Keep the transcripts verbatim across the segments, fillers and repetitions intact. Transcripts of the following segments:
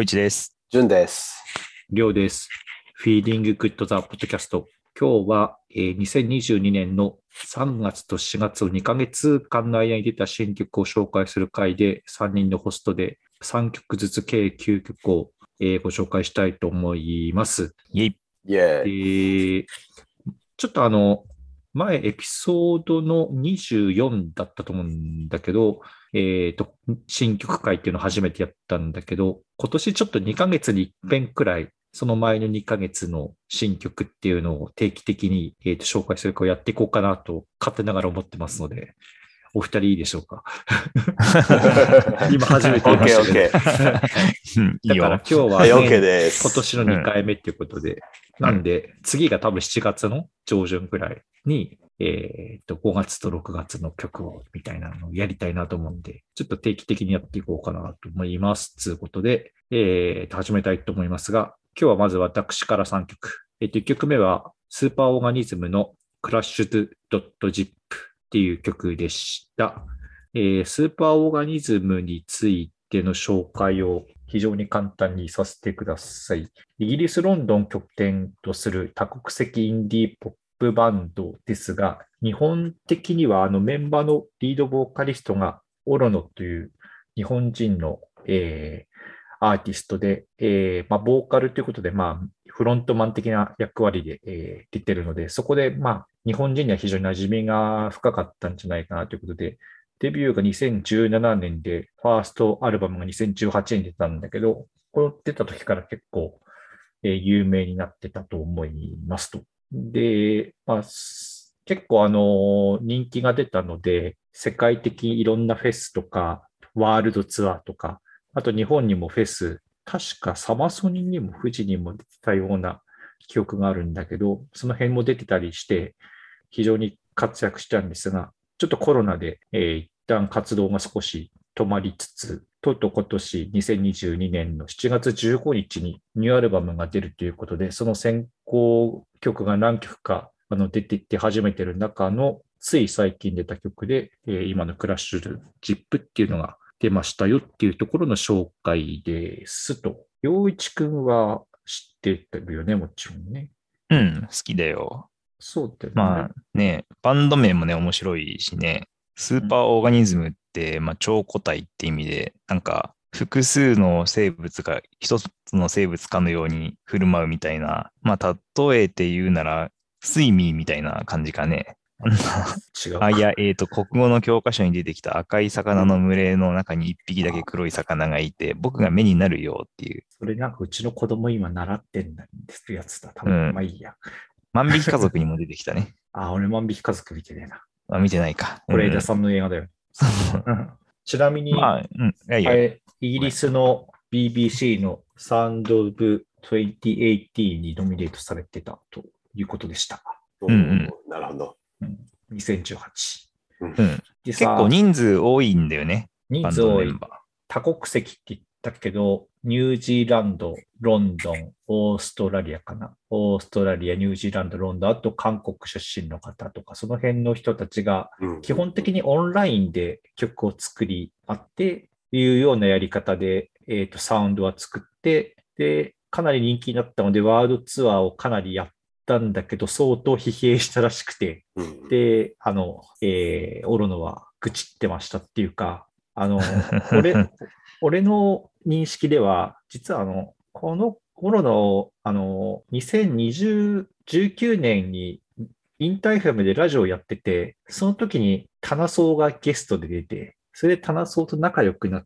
陽一です。 潤です。 りょうです。フィーディンググッドザポッドキャスト。今日は、えー、にせんにじゅうにねんのさんがつとしがつのにかげつかんの間に出た新曲を紹介する回で、さんにんのホストでさんきょくずつ計きゅうきょくを、えー、ご紹介したいと思います。 イェイ。 イェイ。 えー、ちょっとあの、前エピソードのにじゅうよんだったと思うんだけど、えーと、新曲会っていうのを初めてやったんだけど、今年ちょっとにかげつにいっぺんくらい、その前のにかげつの新曲っていうのを定期的に、えーと紹介するかをやっていこうかなと勝手ながら思ってますので、お二人いいでしょうか。今初めて言いましたけど。 うんいいよ。 だから今日は、 はい、 ね OK です。 今年のにかいめっていうことで、 うんなんで次が多分しちがつの上旬くらいに、えー、とごがつとろくがつの曲をみたいなのをやりたいなと思うんで、ちょっと定期的にやっていこうかなと思います。ということで、えー、と始めたいと思いますが、今日はまず私からさんきょく。えー、といっきょくめはスーパーオーガニズムの Crushed.zip っていう曲でした。えー、スーパーオーガニズムについての紹介を非常に簡単にさせてください。イギリス・ロンドンを拠点とする多国籍インディーポップバンドですが、日本的にはあのメンバーのリードボーカリストがオロノという日本人の、えーアーティストで、えーまあ、ボーカルということで、まあ、フロントマン的な役割で、えー出てるので、そこで、まあ、日本人には非常に馴染みが深かったんじゃないかなということで、デビューがにせんじゅうななねんで、ファーストアルバムがにせんじゅうはちねんに出たんだけど、この出た時から結構、えー有名になってたと思いますと。で、まあ、す結構あの人気が出たので、世界的にいろんなフェスとか、ワールドツアーとか、あと日本にもフェス、確かサマソニにも富士にも出てたような記憶があるんだけど、その辺も出てたりして、非常に活躍したんですが、ちょっとコロナで、えー一旦活動が少し止まりつつ、とうとう今年にせんにじゅうにねんのしちがつじゅうごにちにニューアルバムが出るということで、その先行曲が何曲かあの出ていって始めている中のつい最近出た曲で、えー今のクラッシュジップっていうのが出ましたよっていうところの紹介ですと。陽一くんは知ってるよね、もちろんね。 うん、好きだよ。 そうだよね。 まあね、バンド名もね、面白いしね、スーパーオーガニズムって、まあ、超個体って意味で、なんか、複数の生物が一つの生物かのように振る舞うみたいな、まあ、例えて言うなら、スイミーみたいな感じかね。 違う。 あ、いや、えっと、国語の教科書に出てきた赤い魚の群れの中に一匹だけ黒い魚がいて、僕が目になるよっていう。 それなんかうちの子供今習ってんだってやつだ。多分、 うんまあいいや。 万引き家族にも出てきたね。 あ、俺万引き家族見てねえな。 あ、見てないか。 これ枝うんさんの映画だよ。うんちなみに、 まあ、うん。いやいやあれイギリスの ビービーシー のサウンド・オブ・にせんじゅうはちにノミネートされてたということでした。 うんうんなるほど。 うんにせんじゅうはち。 うん、 で結さ構人数多いんだよね。 人数多いバンドメン。バ多国籍って言ったけど、ニュージーランド、ロンドン、オーストラリアかな。オーストラリア、ニュージーランド、ロンドン、あと韓国出身の方とか、その辺の人たちがうん基本的にオンラインで曲を作り合っていうようなやり方で、えーと、サウンドは作って、で、かなり人気になったので、ワールドツアーをかなりやったんだけど、相当疲弊したらしくて、 うんで、あの、えーオロノは愚痴ってましたっていうか、あの、俺、俺の認識では、実はあの、この頃の、あの、にせんにじゅう、じゅうきゅうねんにインターエフエムでラジオをやってて、その時にタナソーがゲストで出て、それでタナソーと仲良くなって、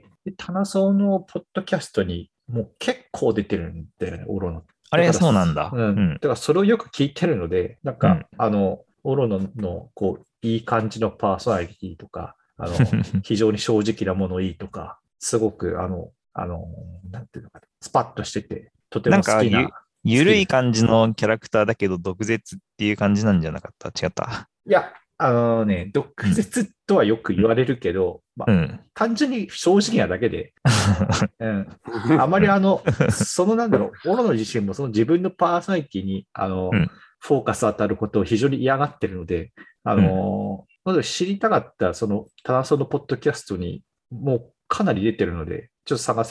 でタナソーのポッドキャストにもう結構出てるんだよね、オロノ。 あれ、 だからそうなんだ。 う。 うんんだからそれをよく聞いてるので、なんか、 うんあの、オロノの、こう、いい感じのパーソナリティとか、あの、非常に正直な物言いとか、すごく、あの、あの、なんていうのかな、スパッとしてて、とてなんかも好きな。 ゆ、ゆるい感じのキャラクターだけど、毒舌っていう感じなんじゃなかった？違った。 いや、あのね、毒舌とはよく言われるけど、まあ、 うん。 単純に正直なだけで、うん、あまりあの、そのなんだろう、オロノ自身もその自分のパーソナリティに、あの、 うんフォーカス当たることを非常に嫌がってるので、あの、まず知りたかった、その、タナソのポッドキャストに、もうかなり出てるので、ちょっと探せば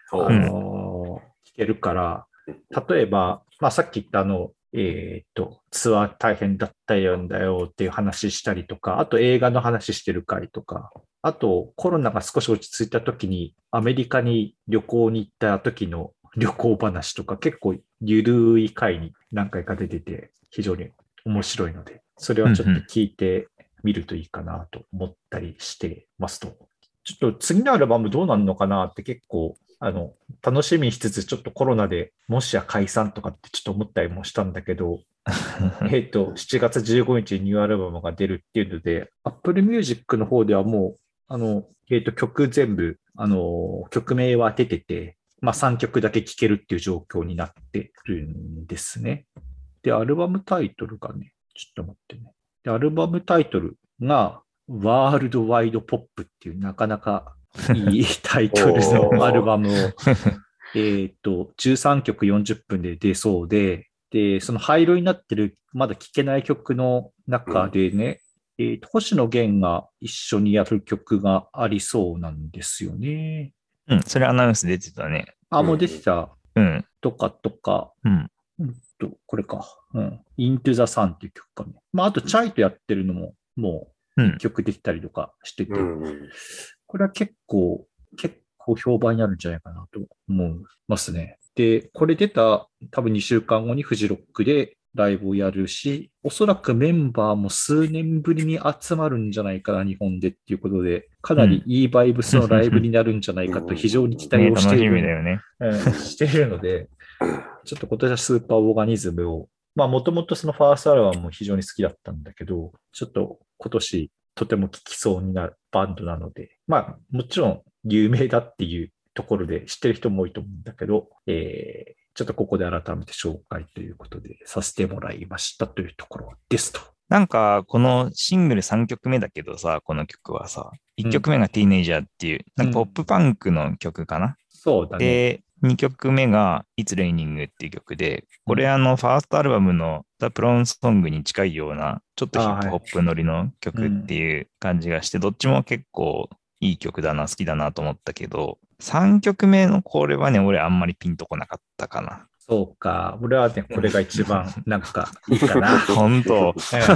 あのー、聞けるから、例えば、まあ、さっき言ったあの、えっと、ツアー大変だったんだよっていう話したりとか、あと映画の話してる回とか、あとコロナが少し落ち着いた時にアメリカに旅行に行った時の旅行話とか結構ゆるい回に何回か出てて非常に面白いので、それはちょっと聞いてみるといいかなと思ったりしてますと。ちょっと次のアルバムどうなるのかなって結構あの楽しみにしつつちょっとコロナでもしや解散とかってちょっと思ったりもしたんだけど、えっと、しちがつじゅうごにちにニューアルバムが出るっていうので、Apple Music の方ではもう、あの、えっと、曲全部、あの、曲名は当ててて、まあさんきょくだけ聴けるっていう状況になってるんですね。で、アルバムタイトルがね、ちょっと待ってね。で、アルバムタイトルが、ワールドワイドポップっていうなかなかいいタイトルのアルバムを、えっと、じゅうさんきょくよんじゅっぷんで出そうで、で、その灰色になってる、まだ聴けない曲の中でね、うん、えっと、星野源が一緒にやる曲がありそうなんですよね。 うん、それアナウンス出てたね。 あ、もう出てた。 うん。 とかとか。 うん。 うんと、これか。うん。Into the Sun っていう曲かね。まあ、あと、チャイとやってるのも、もう、一曲できたりとかしてて、うん、これは結構、結構評判になるんじゃないかなと思いますね。で、これ出た多分にしゅうかんごにフジロックでライブをやるし、おそらくメンバーも数年ぶりに集まるんじゃないかな、日本でっていうことで、かなりいいバイブスのライブになるんじゃないかと非常に期待をしている、 ね、楽しみだよね。 うん、しているので、ちょっと今年はスーパーオーガニズムを、まあもともとそのファーストアルバムも非常に好きだったんだけど、ちょっと今年とても聴きそうになるバンドなので、まあもちろん有名だっていうところで知ってる人も多いと思うんだけど、えー、ちょっとここで改めて紹介ということでさせてもらいましたというところですと。 なんかこのシングルさんきょくめだけどさ、この曲はさ、いっきょくめがティーネイジャーっていう、うん、なんかポップパンクの曲かな、うん、 そうだね。 で、にきょくめが It's Raining っていう曲で、これあのファーストアルバムの The Prom Song に近いような、ちょっとヒップホップ乗りの曲っていう感じがして、どっちも結構いい曲だな、好きだなと思ったけど、さんきょくめのこれはね、俺あんまりピンとこなかったかな。 そうか。俺はね、これが一番なんかいいかな。 本当、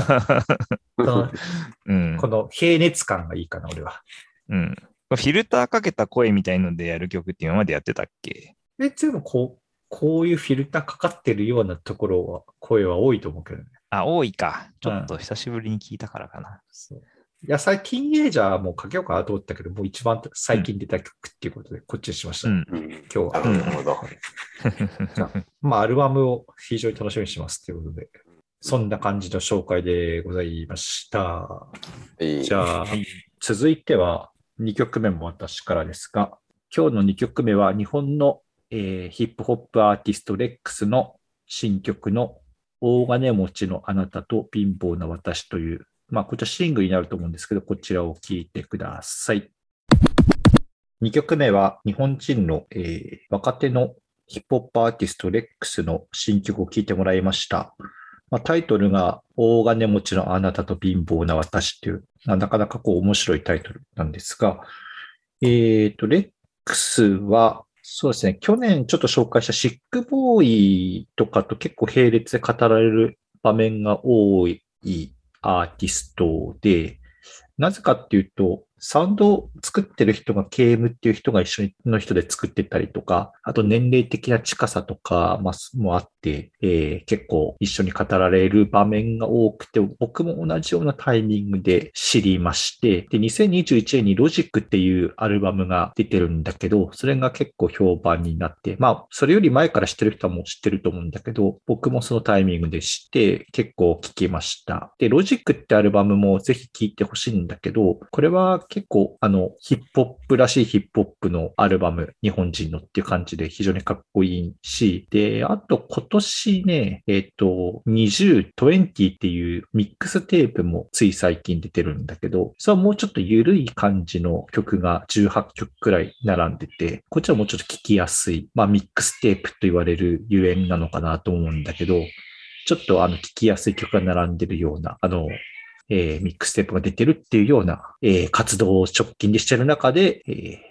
うん、この平熱感がいいかな、俺は。 うん。フィルターかけた声みたいのでやる曲って今までやってたっけ？ え、でもこう、こういうフィルターかかってるようなところは、声は多いと思うけどね。 あ、多いか。ちょっと久しぶりに聞いたからかな。うん、 そういや、最近ティーンエイジャーもかけようかなと思ったけど、もう一番最近出た曲っていうことで、こっちにしました。うん、今日は。 なるほど。 じゃあ、まあ、アルバムを非常に楽しみにしますということで、そんな感じの紹介でございました。じゃあ、続いてはにきょくめも私からですが、今日のにきょくめは日本の、えー、ヒップホップアーティストレックスの新曲の大金持ちのあなたと貧乏な私という、まあ、こちらシングルになると思うんですけど、こちらを聴いてください。にきょくめは日本人の、えー、若手のヒップホップアーティストレックスの新曲を聴いてもらいました。まあ、タイトルが大金持ちのあなたと貧乏な私という、まあ、なかなかこう面白いタイトルなんですが、えっと、レックスは、そうですね、去年ちょっと紹介したシックボーイとかと結構並列で語られる場面が多いアーティストで、なぜかっていうと、サウンドを作ってる人が ケーエム っていう人が一緒の人で作ってたりとか、あと年齢的な近さとかもあって、えー、結構一緒に語られる場面が多くて、僕も同じようなタイミングで知りまして、で、にせんにじゅういちねんにロジックっていうアルバムが出てるんだけど、それが結構評判になって、まあ、それより前から知ってる人はもう知ってると思うんだけど、僕もそのタイミングで知って結構聴きました。で、ロジックってアルバムもぜひ聴いてほしいんだけど、これは結構あのヒップホップらしいヒップホップのアルバム、日本人のっていう感じで非常にかっこいいし、で、あと今年ね、えっと、にじゅう、にじゅうっていうミックステープもつい最近出てるんだけど、それはもうちょっと緩い感じの曲がじゅうはちきょくくらい並んでて、こっちはもうちょっと聴きやすい、まあミックステープと言われるゆえんなのかなと思うんだけど、ちょっとあの聴きやすい曲が並んでるような、あの、えー、ミックステープが出てるっていうような、えー、活動を直近でしてる中で、えー、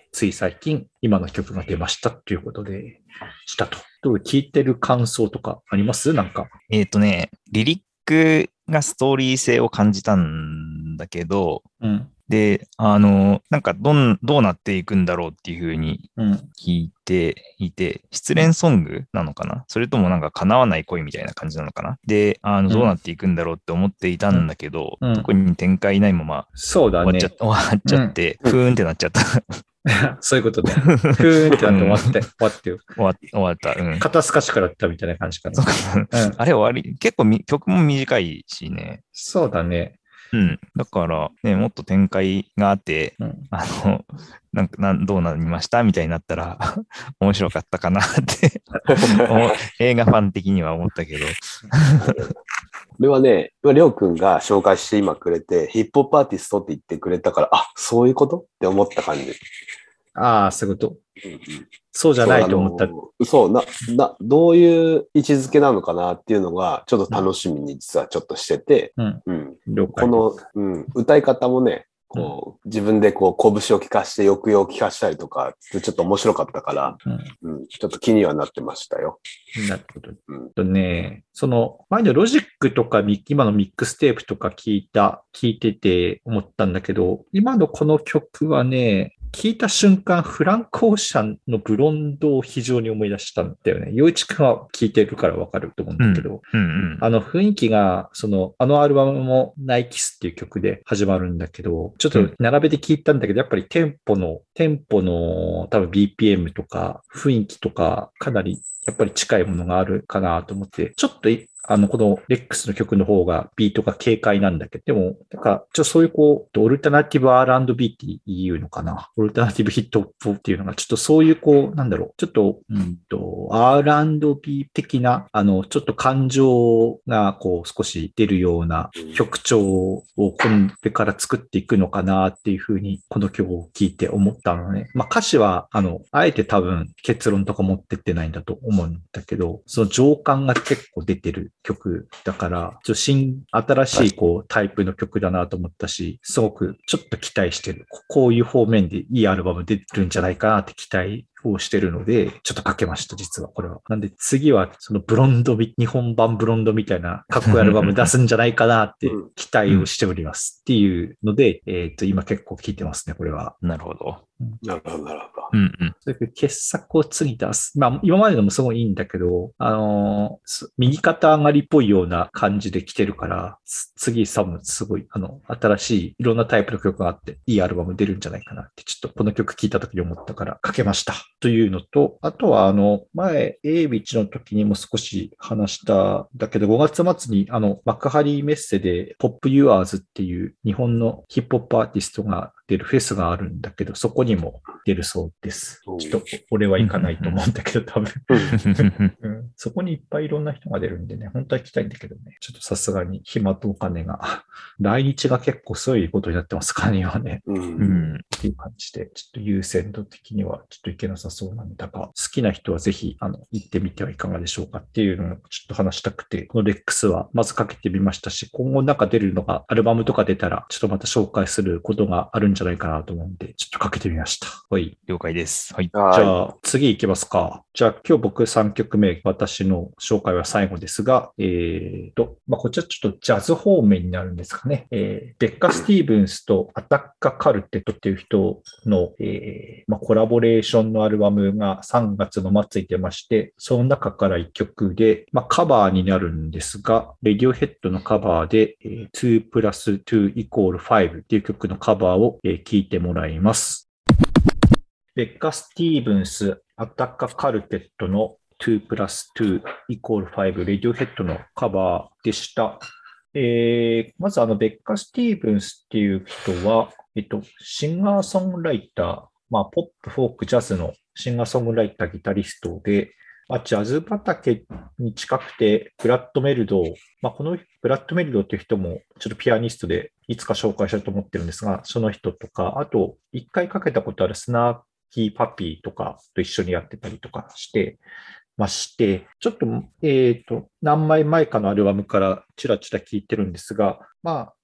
つい最近今の曲が出ましたということでしたと。どう聞いてる感想とかありますなんか。 えっとね、リリックがストーリー性を感じたんだけど、 うん。 で、あの、なんかどん、どうなっていくんだろうっていうふうにうん。 聞いていて、失恋ソングなのかな、それともなんか叶わない恋みたいな感じなのかな。で、あの、どうなっていくんだろうって思っていたんだけど、 うんうん、 特に展開ないままそうだね。 終わっちゃ、終わっちゃって、 うん、 ふーんってなっちゃった。 そういうことね。ふーんってなって終わって、終わってよ。 終わ終わった。うん。 肩透かしからったみたいな感じかな。 そうかうん、 あれ終わり、結構み曲も短いしね。 そうだね。 うん。だから、ね、もっと展開があって、 うん、 あの、なんかなんどうなりましたみたいになったら面白かったかなって映画ファン的には思ったけど。 これはね、今、りょうくんが紹介して今くれて、ヒップホップアーティストって言ってくれたから、あ、そういうことって思った感じ。 ああ、そういうこと。 うんうん、 そうじゃないと思った。 そう、な、な、どういう位置づけなのかなっていうのが、ちょっと楽しみに実はちょっとしてて、 うんうん、 了解。 この、うん、歌い方もね、こう、自分でこう、拳を効かして抑揚を効かしたりとか、ちょっと面白かったから、うんうん、ちょっと気にはなってましたよ。 なるほど。 うん、 とね、その、前のロジックとか、今のミックステープとか聞いた、聞いてて思ったんだけど、今のこの曲はね、聞いた瞬間、フランク・オーシャンのブロンドを非常に思い出したんだよね。陽一くんは聞いてるからわかると思うんだけど、 うんうんうん、 あの雰囲気が、その、あのアルバムもナイキスっていう曲で始まるんだけど、ちょっと並べて聞いたんだけど、やっぱりテンポの、テンポの多分 ビーピーエム とか雰囲気とかかなりやっぱり近いものがあるかなと思って、ちょっとあの、このレックスの曲の方がビートが軽快なんだけど、でも、なんか、ちょっとそういうこう、オルタナティブ アールアンドビー って言うのかな。オルタナティブヒットポップっていうのが、ちょっとそういうこう、なんだろう、ちょっと、うんと、アールアンドビー 的な、あの、ちょっと感情がこう、少し出るような曲調をこれから作っていくのかなっていうふうに、この曲を聴いて思ったのね。まあ歌詞は、あの、あえて多分結論とか持ってってないんだと思うんだけど、その情感が結構出てる曲だから、ちょ新、新しいこうタイプの曲だなと思ったし、すごくちょっと期待してる。こういう方面でいいアルバム出るんじゃないかなって期待をしてるので、ちょっとかけました、実はこれは。なんで次はそのブロンド、日本版ブロンドみたいなかっこいいアルバム出すんじゃないかなって期待をしておりますっていうので、えっと、今結構聴いてますね、これは。 なるほど。 なるほど、なるほど。 うんうん。 それで傑作を次出す。まあ、今までのもすごいいいんだけど、あのー、右肩上がりっぽいような感じで来てるから、次さもすごい、あの、新しいいろんなタイプの曲があって、いいアルバム出るんじゃないかなって、ちょっとこの曲聴いた時に思ったからかけました。というのと、あとはあの、前、エイビッチの時にも少し話しただけど、ごがつ末にあの、幕張メッセでポップユアーズっていう日本のヒップホップアーティストが出るフェスがあるんだけど、そこにも出るそうです。ちょっと俺は行かないと思うんだけど、多分、うん。そこにいっぱいいろんな人が出るんでね、本当は行きたいんだけどね、ちょっとさすがに暇とお金が、来日が結構そういうことになってますからね、今ね。 うんうんっていう感じで、ちょっと優先度的にはちょっと行けなさそうなんだが、好きな人はぜひ、あの、行ってみてはいかがでしょうかっていうのをちょっと話したくて、このレックスはまずかけてみましたし、今後なんか出るのが、アルバムとか出たら、ちょっとまた紹介することがあるんじゃないかなと思うんで、ちょっとかけてみました。はい。 了解です。はい。 じゃあ、次行きますか。じゃあ、今日僕さんきょくめ、私の紹介は最後ですが、えーと、まあ、こちらちょっとジャズ方面になるんですかね。えー、ベッカ・スティーブンスとアタッカ・カルテットっていう人の、えーまあ、コラボレーションのアルバムがさんがつの末に出まして、その中からいっきょくで、まあ、カバーになるんですが、レディオヘッドのカバーで、えー、ツープラスツーイコールファイブっていう曲のカバーを、えー、聴いてもらいます。ベッカ・スティーブンス、アタッカ・カルテットのツープラスツーイコールファイブ、レディオヘッドのカバーでした。えー、まずあの、ベッカ・スティーブンスっていう人は、えっと、シンガーソングライター、まあ、ポップ、フォーク、ジャズのシンガーソングライター、ギタリストで、まあ、ジャズ畑に近くて、ブラッド・メルドー、まあ、このブラッド・メルドーっていう人もちょっとピアニストでいつか紹介したいと思ってるんですが、その人とか、あと、一回かけたことあるスナーキー・パピーとかと一緒にやってたりとかしてまして、ちょっと、えっと、何枚前かのアルバムからチラチラ聞いてるんですが、まあ、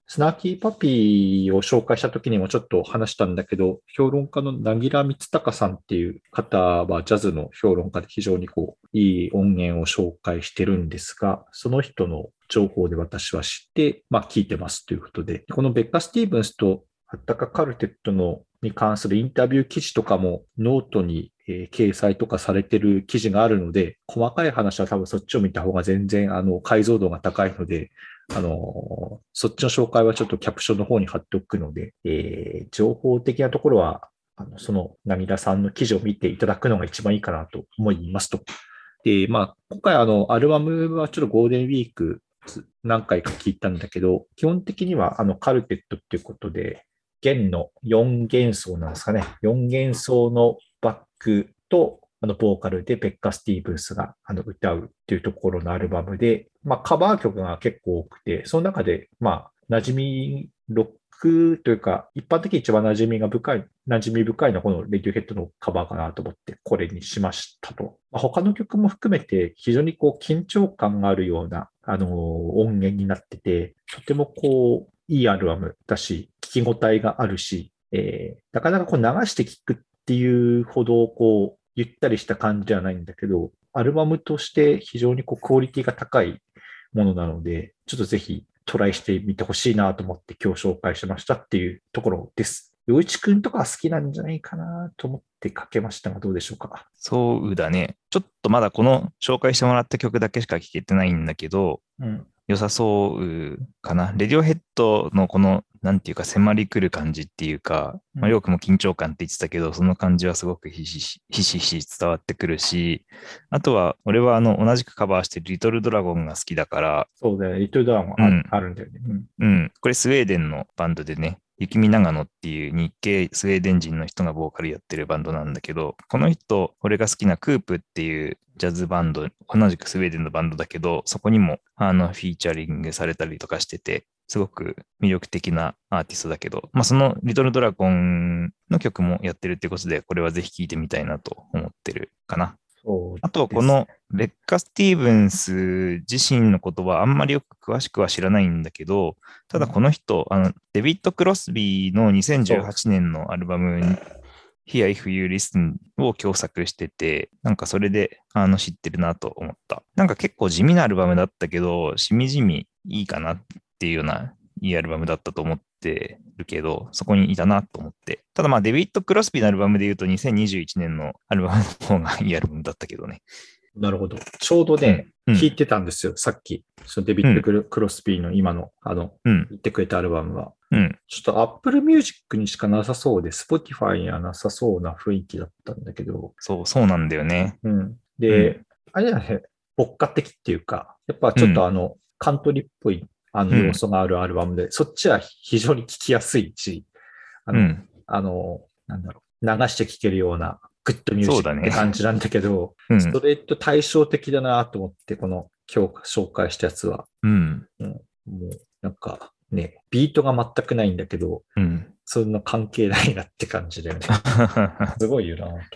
スナーキーパピーを紹介した時にもちょっと話したんだけど、評論家の凪良光隆さんっていう方はジャズの評論家で非常にこういい音源を紹介してるんですが、その人の情報で私は知って、まあ聞いてますということで、このベッカ・スティーブンスとアッタカ・カルテットのに関するインタビュー記事とかもノートに、えー、掲載とかされてる記事があるので、細かい話は多分そっちを見た方が全然あの解像度が高いので、あの、そっちの紹介はちょっとキャプションの方に貼っておくので、えー、情報的なところは、あのその涙田さんの記事を見ていただくのが一番いいかなと思いますと。で、まあ、今回あの、アルバムはちょっとゴールデンウィーク何回か聞いたんだけど、基本的にはあの、カルテットっていうことで、弦のよん弦奏なんですかね。よん弦奏のバックと、あの、ボーカルでベッカ・スティーブンスがあの歌うっていうところのアルバムで、まあ、カバー曲が結構多くて、その中で、まあ、馴染み、ロックというか、一般的に一番馴染みが深い、馴染み深いのはこのレディオヘッドのカバーかなと思って、これにしましたと。まあ、他の曲も含めて、非常にこう、緊張感があるような、あのー、音源になってて、とてもこう、いいアルバムだし、聞き応えがあるし、えー、なかなかこう流して聞くっていうほど、こう、ゆったりした感じではないんだけど、アルバムとして非常にこうクオリティが高いものなので、ちょっとぜひトライしてみてほしいなと思って今日紹介しましたっていうところです。洋一くんとか好きなんじゃないかなと思ってかけましたがどうでしょうか。 そうだね。ちょっとまだこの紹介してもらった曲だけしか聴けてないんだけど、 うん、 良さそうかな。レディオヘッドのこの、なんていうか迫り来る感じっていうか、 うん、 まあ、よくも緊張感って言ってたけど、その感じはすごくひしひしひしひし伝わってくるし、あとは、俺はあの、同じくカバーしてるリトルドラゴンが好きだから、 そうだよね。リトルドラゴンあ,、 うん、 あるんだよね。うん。 うん。これスウェーデンのバンドでね、雪見長野っていう日系スウェーデン人の人がボーカルやってるバンドなんだけど、この人、俺が好きなクープっていうジャズバンド、同じくスウェーデンのバンドだけど、そこにもあのフィーチャリングされたりとかしてて、すごく魅力的なアーティストだけど、まあそのリトルドラゴンの曲もやってるってことで、これはぜひ聴いてみたいなと思ってるかな。 そうあと、このベッカ・スティーブンス自身のことはあんまりよく詳しくは知らないんだけど、ただこの人、あのデビッド・クロスビーのにせんじゅうはちねんのアルバムに Here If You Listen を共作してて、なんかそれであの知ってるなと思った。なんか結構地味なアルバムだったけど、しみじみいいかなっていうようないいアルバムだったと思ってるけど、そこにいたなと思って。ただまあデビッド・クロスビーのアルバムで言うとにせんにじゅういちねんのアルバムの方がいいアルバムだったけどね。 なるほど。ちょうどね、 うん、 聞いてたんですよ、さっき。そのデビッド・クロスビーの今の、あの、 うん、 言ってくれたアルバムは。 うん。 ちょっと Apple Music にしかなさそうで、Spotify にはなさそうな雰囲気だったんだけど。 そう、そうなんだよね。 うん。で、 うん、 あれだね、牧歌的っていうか、やっぱちょっとあの、うん、カントリーっぽいあの要素があるアルバムで、うん、そっちは非常に聴きやすいし、あの、うん、あの、なんだろう、流して聴けるようなグッドミュージックって感じなんだけど、ね、うん、ストレート対照的だなと思って、この今日紹介したやつは。 うん。 うん、もうなんかね、ビートが全くないんだけど、うん、そんな関係ないなって感じだよね。すごいよなと思って。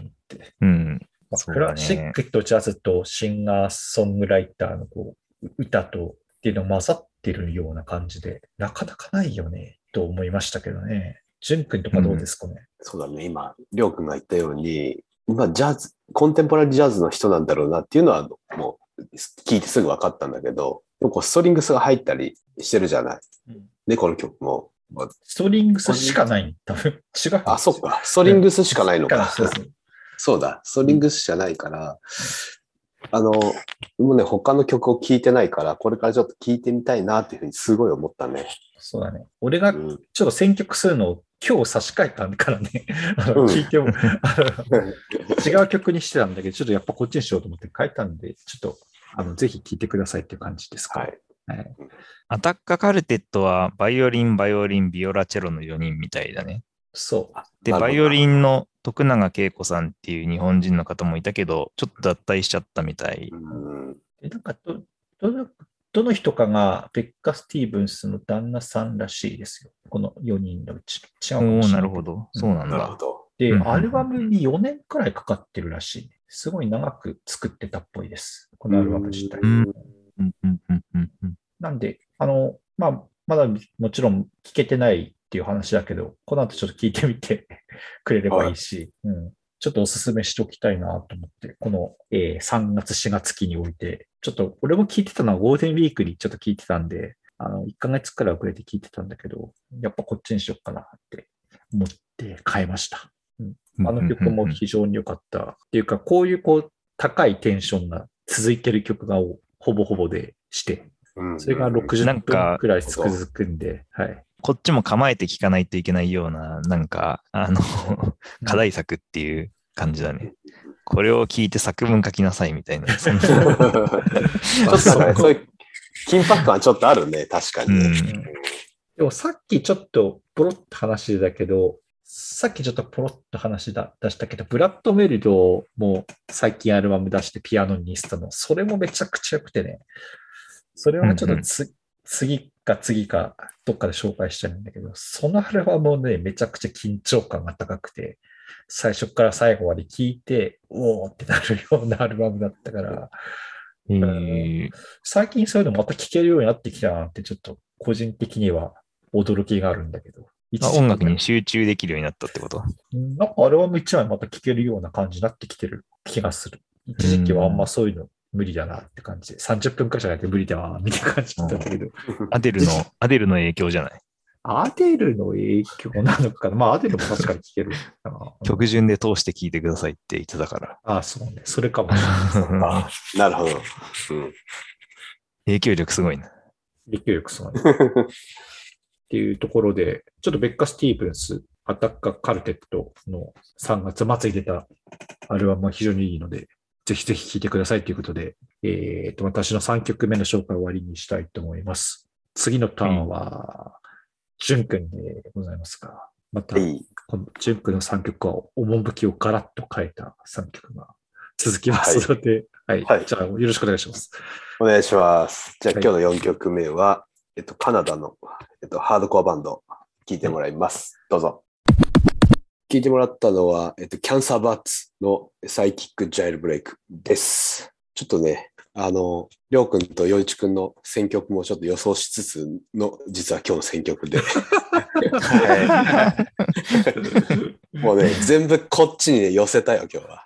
うんまあね、クラシックとジャズとシンガーソングライターのこう歌とっていうのが混ざってるような感じで、なかなかないよね、と思いましたけどね。ジュン君とかどうですかね、うん、 そうだね、今、りょう君が言ったように、まあ、ジャズ、コンテンポラリージャズの人なんだろうなっていうのは、もう、聞いてすぐ分かったんだけど、でもこうストリングスが入ったりしてるじゃない。うん、で、この曲も。 ストリングスしかない。多分違う。 あ、そっか。ストリングスしかないのか。うん、そうそうそうだ。ストリングスしかないから、あの、もうね、他の曲を聴いてないから、これからちょっと聴いてみたいなっていうふうにすごい思ったね。 そうだね。俺がちょっと選曲するのを今日差し替えたからね、うん、聞いても違う曲にしてたんだけど、ちょっとやっぱこっちにしようと思って変えたんで、ちょっとあのぜひ聴いてくださいっていう感じですか。はい。はい、 アタッカカルテットはバイオリン、バイオリン、ビオラチェロのよにんみたいだね。 そう。 で、バイオリンの徳永恵子さんっていう日本人の方もいたけど、ちょっと脱退しちゃったみたい。 うん、でなんかどどの、どの人かがベッカ・スティーブンスの旦那さんらしいですよ。このよにんのうち。違うかもしれない。 おー、なるほど。そうなんだ。 なるほど。 で、うんうんうん、アルバムによねんくらいかかってるらしい。すごい長く作ってたっぽいです。このアルバム自体。うんうんうんうんうん、なんで、あの、まあ、 まだもちろん聞けてないっていう話だけど、この後ちょっと聞いてみてくれればいいし、はい、うん、ちょっとお勧めしておきたいなと思って、この、えー、さんがつ、しがつ期において、ちょっと俺も聞いてたのはゴールデンウィークにちょっと聞いてたんで、あの、いっかげつくらい遅れて聞いてたんだけど、やっぱこっちにしようかなって思って変えました。うん、あの曲も非常に良かった。っていうか、こういうこう、高いテンションが続いてる曲がほぼほぼでして、それがろくじゅっぷんくらい続くんで、はい。 こっちも構えて聞かないといけないような、なんか、あの、課題作っていう感じだね。これを聞いて作文書きなさいみたいな。そんなちょっとなんかね、そういう緊迫感はちょっとあるね、確かに、ね。うん、 でもさっきちょっとポロッと話だけど、さっきちょっとポロッと話だ出したけど、ブラッドメルドも最近アルバム出してピアノニストの、それもめちゃくちゃ良くてね。それはちょっとつ、うんうん、次か次かどっかで紹介しちゃうんだけど、そのアルバムもね、めちゃくちゃ緊張感が高くて、最初から最後まで聴いて、おーってなるようなアルバムだったから、 えー、 最近そういうのまた聴けるようになってきたなって、ちょっと個人的には驚きがあるんだけど。 音楽に集中できるようになったってこと？ なんかアルバムいちまいまた聴けるような感じになってきてる気がする。一時期はあんまそういうの無理だなって感じで、さんじゅっぷんくらいじゃないと無理だわ、みたいな感じだったんだけど。 アデルの、アデルの影響じゃない？ アデルの影響なのかな。まあ、アデルも確かに聴けるかな。 曲順で通して聴いてくださいって言ってたから。 ああ、そうね。それかもしれない。 なるほど、うん。 影響力すごいな。 影響力すごい。っていうところで、ちょっとベッカ・スティーブンス、アタッカー・カルテットのさんがつ末に出たアルバムは非常にいいので、ぜひぜひ聴いてくださいということで、えー、と私のさんきょくめの紹介を終わりにしたいと思います。次のターンは、ジュン君でございますが、また、このジュン君のさんきょくは趣をガラッと変えたさんきょくが続きますので、はい。はいはい、じゃあ、よろしくお願いします。 お願いします。じゃあ、今日のよんきょくめは、はい、えっと、カナダの、えっと、ハードコアバンド、聴いてもらいます。どうぞ。聴いてもらったのは、えっと、キャンサーバッツのサイキックジャイルブレイクです。ちょっとね、あの、りょうくんとよいちくんの選曲もちょっと予想しつつの、実は今日の選曲で。もうね、全部こっちに、ね、寄せたよ、今日は。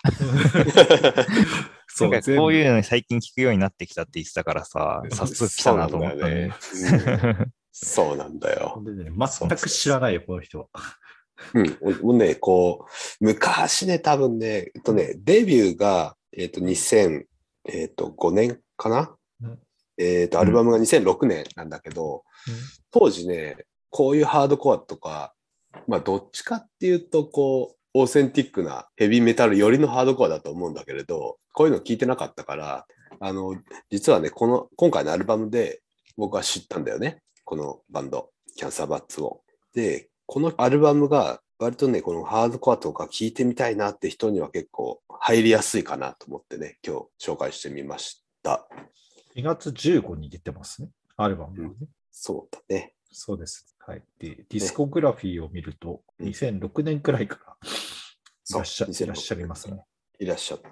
そう、こういうのに最近聞くようになってきたって言ってたからさ、早速来たなと思ったね。 そうなんだよ。 全く知らないよ、この人は。 うん、もうね、こう、昔ね、多分ね、えっとね、デビューが、えっと、にせんごねんかな、うん、えっと、アルバムがにせんろくねんなんだけど、うん、当時ね、こういうハードコアとか、まあ、どっちかっていうと、こう、オーセンティックなヘビーメタル寄りのハードコアだと思うんだけれど、こういうの聞いてなかったから、あの、実はね、この、今回のアルバムで僕は知ったんだよね。このバンド、キャンサーバッツを。で、このアルバムが割とね、このハードコアとか聞いてみたいなって人には結構入りやすいかなと思ってね、今日紹介してみました。 にがつじゅうごにちに出てますね、アルバムがね、うん。 そうだね。 そうです。はい。で、ディスコグラフィーを見ると、ね、にせんろくねんくらいからいらっしゃ、いらっしゃいますね。 いらっしゃって、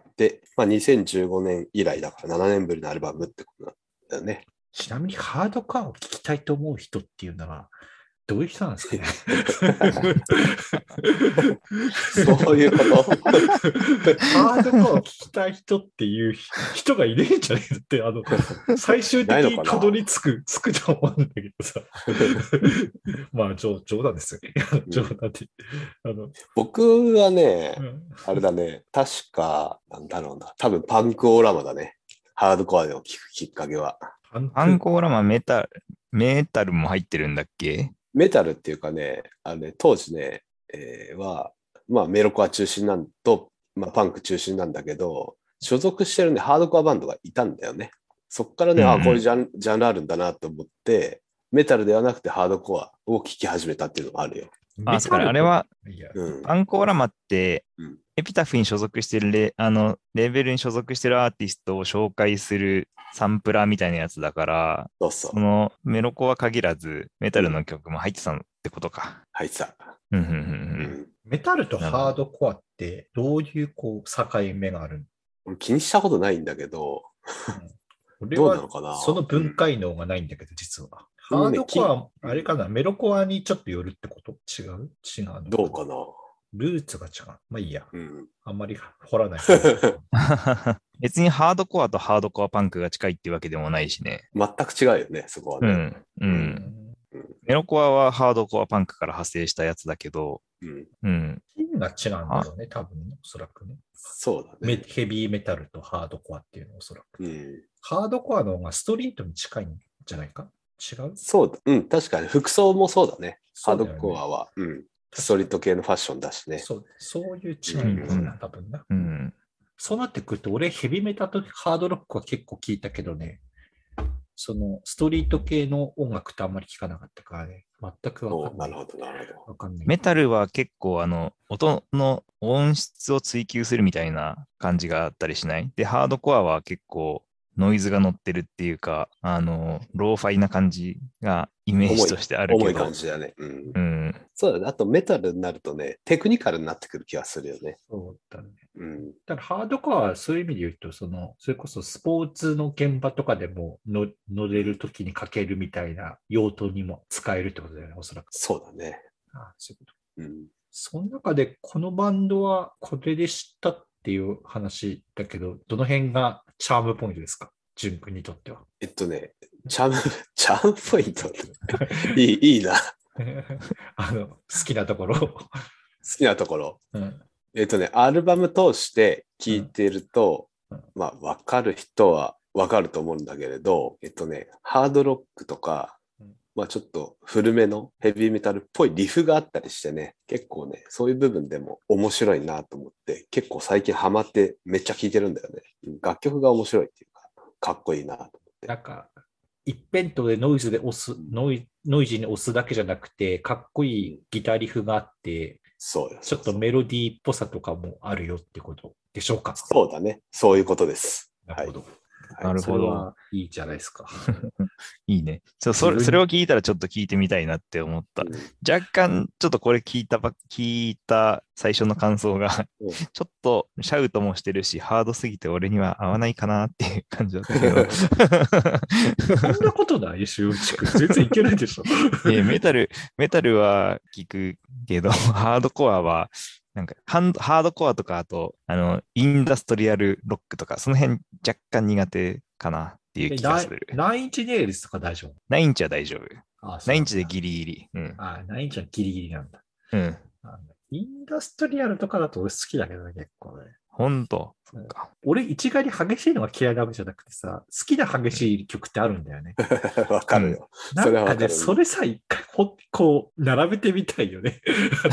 まあ、にせんじゅうごねん以来だからななねんぶりのアルバムってことなんだよね。 ちなみにハードコアを聴きたいと思う人っていうのは、どういう人なんですかね。 そういうことハードコアを聞きたい人っていう人がいねえんじゃねえって、あの、最終的にたどり着く、つくと思うんだけどさ。まあ、冗談ですよね。冗談で。あの僕はね、うん、あれだね、確か、なんだろうな、多分パンクオーラマだね。ハードコアでを聞くきっかけは。 パンクオーラマメタル、メタルも入ってるんだっけ？ メタルっていうかね、あのね当時ね、えー、は、まあメロコア中心なんと、まあパンク中心なんだけど、所属してるね、ハードコアバンドがいたんだよね。そっからね、うんうん、あ、こういうジャン、ジャンルあるんだなと思って、メタルではなくてハードコアを聴き始めたっていうのがあるよ。 あ、それあれは、うん、パンクオーラマって、うん、エピタフに所属してるレ、あの、レーベルに所属してるアーティストを紹介するサンプラーみたいなやつだから、 そうそう、 そのメロコは限らず、メタルの曲も入ってたってことか。 入ってた。 うんうんうんうん、 メタルとハードコアってどういうこう境目があるの？気にしたことないんだけど、 うん、どうなのかな。その分解能がないんだけど、実は。 ハードコア、あれかな、メロコアにちょっと寄るってこと？違う違うの？ どうかな。 ルーツが違う。まあいいや。 うん、 あんまり掘らない。 別にハードコアとハードコアパンクが近いっていうわけでもないしね。 全く違うよね、そこはね。 うん。う。 うんんメロコアはハードコアパンクから派生したやつだけど、 うん、 うん。 金が違うんだろうね、多分ね、おそらくね。 そうだメね。 ヘビーメタルとハードコアっていうのはおそらく。 うん、 ハードコアの方がストリートに近いんじゃないか？違う？ そうだ。うん、確かに服装もそうだね。ハードそうだよねコアは、うん、ストリート系のファッションだしね。 そう、そういう違いなんだな、 うん多分な。 うん。 そうなってくると、俺ヘビメタとハードロックは結構聞いたけどね、そのストリート系の音楽ってあんまり聞かなかったからね、全くわかんな。 おないるほど、なるほど。 わかんない。 メタルは結構あの音の音質を追求するみたいな感じがあったりしない？で、ハードコアは結構ノイズが乗ってるっていうか、あの、ローファイな感じがイメージとしてあるけど。 重い感じだね。うん。 うん。 そうだね。あとメタルになるとね、テクニカルになってくる気がするよね。 そうだね。 うん。 だからハードコアはそういう意味で言うと、その、それこそスポーツの現場とかでもの乗れるときにかけるみたいな用途にも使えるってことだよね、おそらく。 そうだね。 ああ、そういうこと。 うん。 その中でこのバンドはこれで知ったっていう話だけど、どの辺がチャームポイントですか？純君にとっては。 えっとね、チャーム、チャームポイント。いい、いいな。 あの、好きなところ。好好きなところ。 うんえっとね、アルバム通して聴いてると、 うんうんまあ、わかる人はわかると思うんだけれど、えっとね、ハードロックとか、 うんまあちょっと古めのヘビーメタルっぽいリフがあったりしてね、結構ね、そういう部分でも面白いなと思って、結構最近ハマってめっちゃ聴いてるんだよね。楽曲が面白いっていうか、かっこいいなと思って。 なんか、一辺倒でノイズで押す、ノイノイジーに押すだけじゃなくて、かっこいいギターリフがあって、 そうよ。 ちょっとメロディーっぽさとかもあるよってことでしょうか。 そうだね。そういうことです。 なるほど。 はいなるほど。 それはいいじゃないですか。 いいね。そそれそれを聞いたらちょっと聞いてみたいなって思った。 うん若干、ちょっとこれ聞いたば、聞いた最初の感想が、 うんちょっとシャウトもしてるし、ハードすぎて俺には合わないかなっていう感じだったけど。 そんなことないよ、周知君。全然いけないでしょ。 えメタル、メタルは聞くけど、ハードコアは、なんかハンド、ハードコアとか、あと、あの、インダストリアルロックとか、その辺若干苦手かなっていう気がする。 ナインチネイルズとか大丈夫？ ナインチは大丈夫。 ああナインチでギリギリ。うん。 ああ、ナインチはギリギリなんだ。 うん。 インダストリアルとかだと俺好きだけどね、結構ね。 ほんと。そっか。 俺、一概に激しいのが嫌いなわけじゃなくてさ、好きな激しい曲ってあるんだよね。 わかるよ。 なんかね、 それはわかる。 それさ、一回ほ、こう、並べてみたいよね。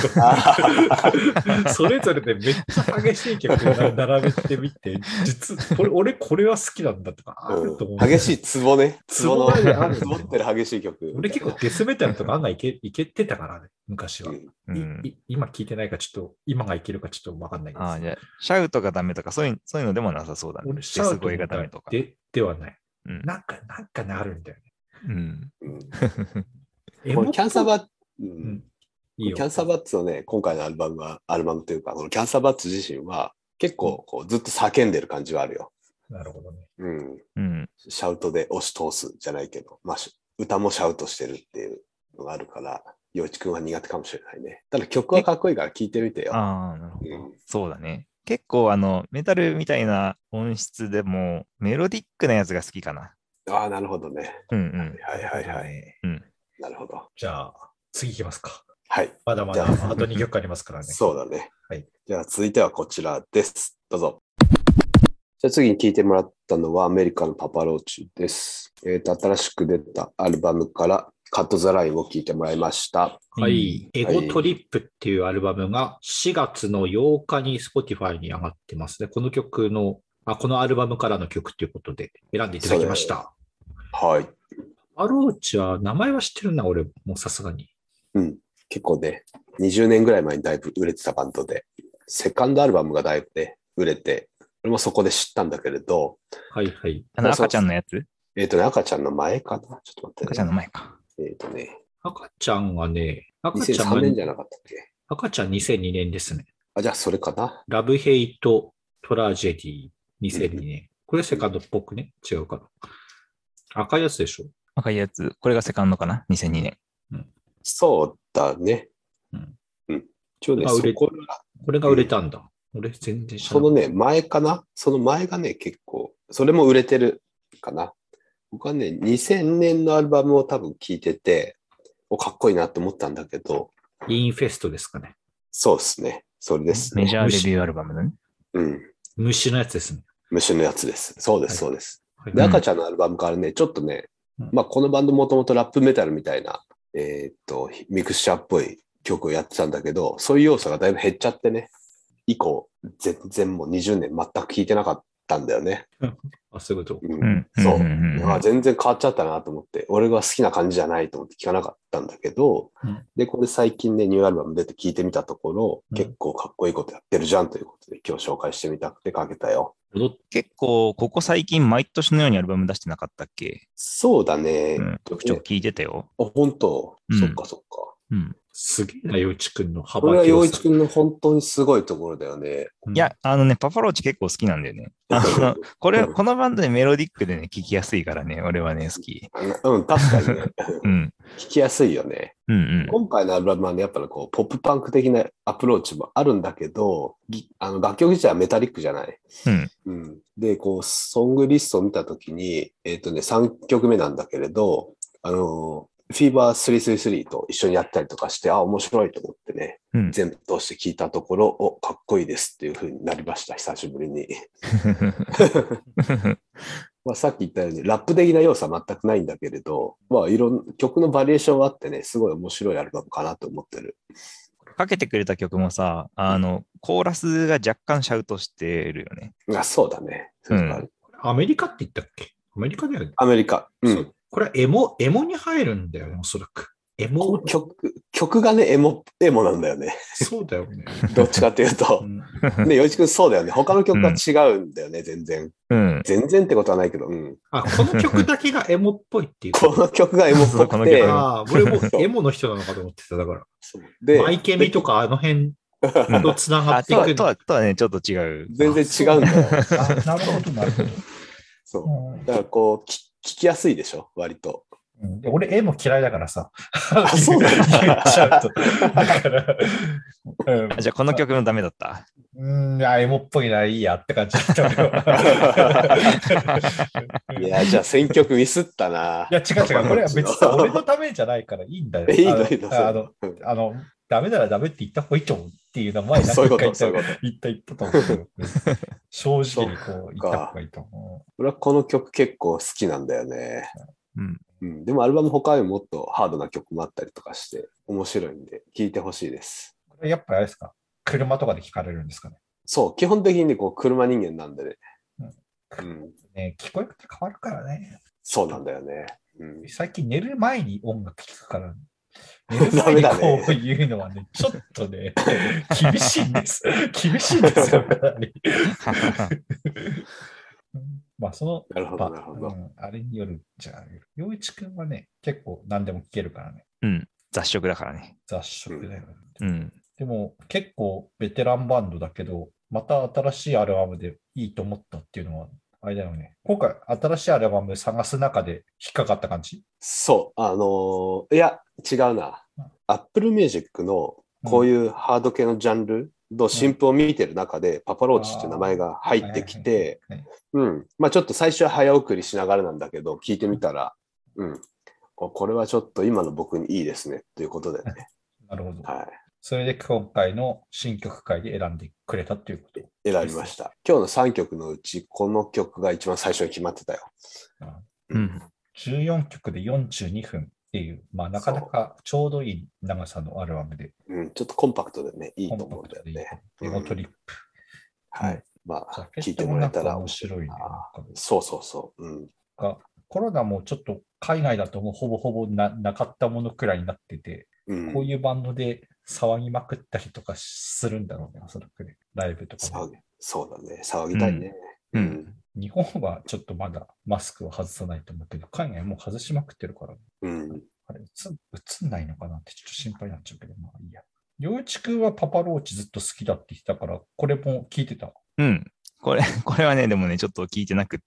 あそれぞれでめっちゃ激しい曲を並べてみて、実、これ、俺これは好きなんだとかあると思う。 うん激しいツボね。ツボの、 ツボがねあるんだよツボってる激しい曲。 俺結構デスメタルとか案外いけいけてたからね、昔は。 うんうんいい今聞いてないかちょっと、今がいけるかちょっとわかんないけどさ。 ああ、じゃあ、シャウトがダメとか、そういうそういうのでもなさそうだね。 俺、シャウトデス声がダメとか。 でではない。 うん。 なんか、なんかね、あるんだよね。 うん。 うんエこのキャンサーバッツ、ううんん、いいよ。 キャンサーバッツのね、今回のアルバムは、アルバムというか、このキャンサーバッツ自身は、結構こうずっと叫んでる感じはあるよ。 なるほどね。 うん。 うん。 シャウトで押し通すじゃないけど、まあ、し歌もシャウトしてるっていうのがあるから、陽一くんは苦手かもしれないね。ただ曲はかっこいいから聴いてみてよ。 ああ、なるほど。 うんそうだね。結構、あの、メタルみたいな音質でも、メロディックなやつが好きかな。 ああ、なるほどね。 うんうん。 はいはいはい。 い。 うん。 なるほど。 じゃあ、次行きますか。 はい。 まだまだ、 じゃああとにきょくありますからね。 そうだね。 はい。 じゃあ続いてはこちらです。どうぞ。じゃあ次に聴いてもらったのはアメリカのパパローチです。えっ、と、新しく出たアルバムからカットザラインを聴いてもらいました。 はい。エゴトリップっていうアルバムがしがつのようかに Spotify に上がってますね。この曲の、あ、このアルバムからの曲ということで選んでいただきました。 はい。 パローチは名前は知ってるな、俺もうさすがに。 うん。結構ね、にじゅうねんぐらい前にだいぶ売れてたバンドで、セカンドアルバムがだいぶね、売れて、俺もそこで知ったんだけれど、 はいはい。 あの赤ちゃんのやつえっ、とね、赤ちゃんの前かなちょっと待って、ね。 赤ちゃんの前か。 えっ、とね、 赤ちゃんはね、赤ちゃん 2003年じゃは、 なかったっけ？ 赤ちゃんにせんにねんですね。 あ、じゃあそれかな。 ラブヘイトトラジェディにせんにねん。これセカンドっぽくね違うかな。赤いやつでしょ？ 赤いやつ。これがセカンドかな ?にせんに 年。 そうだね。 うん。 うん。ちょうどね、 あ売れそここれが売れたんだ。うん、俺全然知らない。 そのね、前かなその前がね、結構、それも売れてるかな。僕はね、にせんねんのアルバムを多分聴いてて、お、かっこいいなって思ったんだけど。 インフェストですかね。 そうですね。それですね。 メジャーデビューアルバムだね。 うん。 虫のやつですね。 虫のやつです。そうです、そうです。 はい、 で、赤ちゃんのアルバムからね、ちょっとね、うん、まあこのバンドもともとラップメタルみたいな、えー、っと、ミクスチャーっぽい曲をやってたんだけど、そういう要素がだいぶ減っちゃってね、以降、全然もうにじゅうねん全く聴いてなかったんだよね。 あ、そういうこと。 うん、そう、うんあ。全然変わっちゃったなと思って、俺が好きな感じじゃないと思って聴かなかったんだけど、うん、で、これ最近ね、ニューアルバム出て聴いてみたところ、うん、結構かっこいいことやってるじゃんということで、今日紹介してみたくてかけたよ。 結構、ここ最近毎年のようにアルバム出してなかったっけ？ そうだね。 うん、ちょくちょく聴いてたよ。 あ、本当、うん、そっかそっか。 うん。 すげえな、陽一くんの幅広さ。 これは陽一くんの本当にすごいところだよね。 いや、あのね、パパローチ結構好きなんだよね。あのこれ、このバンドでメロディックでね、聴きやすいからね、俺はね、好き。 うん、確かにね。 うん。 聴きやすいよね。 うんうん、 今回のアルバムはね、やっぱりこう、ポップパンク的なアプローチもあるんだけど、あの楽曲自体はメタリックじゃない。 うんうん、で、こう、ソングリストを見たときに、えっとね、さんきょくめなんだけれど、あの、フィーバースリースリースリーと一緒にやったりとかして、あ、面白いと思ってね、うん、全部通して聞いたところ、お、かっこいいですっていう風になりました、久しぶりに。まあさっき言ったように、ラップ的な要素は全くないんだけれど、まあいろんな曲のバリエーションはあってね、すごい面白いアルバムかなと思ってる。 かけてくれた曲もさ、あの、コーラスが若干シャウトしてるよね。 あ、そうだね。 うん、 アメリカって言ったっけ？アメリカだよね。 アメリカ。うん。 これはエモ、エモに入るんだよね、おそらく。エモ。 曲、曲がね、エモ、エモなんだよね。 そうだよね。 どっちかっていうと。うん、ね、よいちくんそうだよね。他の曲が違うんだよね、うん、全然。 うん。 全然ってことはないけど、うん。 あ、この曲だけがエモっぽいっていう。 この曲がエモっぽくて。 ああ、俺もエモの人なのかと思ってた、だから。で、マイケミとかあの辺と繋がっていく。 とは、とはね、ちょっと違う。 全然違うんだよ。 なるほど、なるほど。 そう。だからこう、聞きやすいでしょ、割と。 うん、で俺、絵も嫌いだからさ。 あ、そうなんだ。 言っちゃうと。だから、 うん、じゃあ、この曲もダメだった。 うん、いや、エモっぽいな、いいやって感じだった。 いや、じゃあ選曲ミスったな。 いや、違う違う。これは別に俺のためじゃないからいいんだよ。 いいの、いいの。 あの、あの、ダメならダメって言った方がいいと思うっていうのは前何回か言った、言った、言ったと思うけど、正直にこう言った方がいいと思う。 俺はこの曲結構好きなんだよね。 うんうん、でもアルバム他にももっとハードな曲もあったりとかして面白いんで聴いてほしいです。 これやっぱあれですか？車とかで聴かれるんですかね？ そう、基本的にこう車人間なんでね。 うんうん、ね、聞こえ方変わるからね。 そうなんだよね。うん、 最近寝る前に音楽聴くから、寝る前にこういうのはね、ちょっとね、厳しいんです。厳しいんですよ、かなり。まあ、その、 なるほど、なるほど、 うん。あれによるじゃあ、陽一くんはね、結構何でも聴けるからね。 うん。雑食だからね。 雑食だよね。 うん。 でも、結構ベテランバンドだけど、また新しいアルバムでいいと思ったっていうのは、あれだよね。今回、新しいアルバム探す中で引っかかった感じ？ そう。あのー、いや、違うな。Apple Music のこういうハード系のジャンルの新譜を見てる中で、パパローチっていう名前が入ってきて、うん。まあちょっと最初は早送りしながらなんだけど、聞いてみたら、うん。これはちょっと今の僕にいいですね、ということでね。 なるほど。 はい。 それで今回の新曲会で選んでくれたっていうこと？ 選びました。今日のさんきょくのうち、この曲が一番最初に決まってたよ。 うん。 じゅうよんきょくでよんじゅうにふんっていう、まあなかなかちょうどいい長さのアルバムで。 うん、ちょっとコンパクトでね、いいと思うんだよね。 エゴトリップ。 うん、はい。まあ、聞いてもらえたら面白いね。 そうそうそう。うん。 コロナもちょっと海外だともうほぼほぼ な, なかったものくらいになってて、うん、こういうバンドで騒ぎまくったりとかするんだろうね、おそらくね。ライブとか、 ね。そうだね。騒ぎたいね、 うんうん。日本はちょっとまだマスクを外さないと思うけど、海外もう外しまくってるから、ね。 うん。 あれ、映んないのかなってちょっと心配になっちゃうけど、まあいいや。陽一くんはパパローチずっと好きだって言ってたから、これも聞いてた？ うん。これ、これはね、でもね、ちょっと聞いてなくって、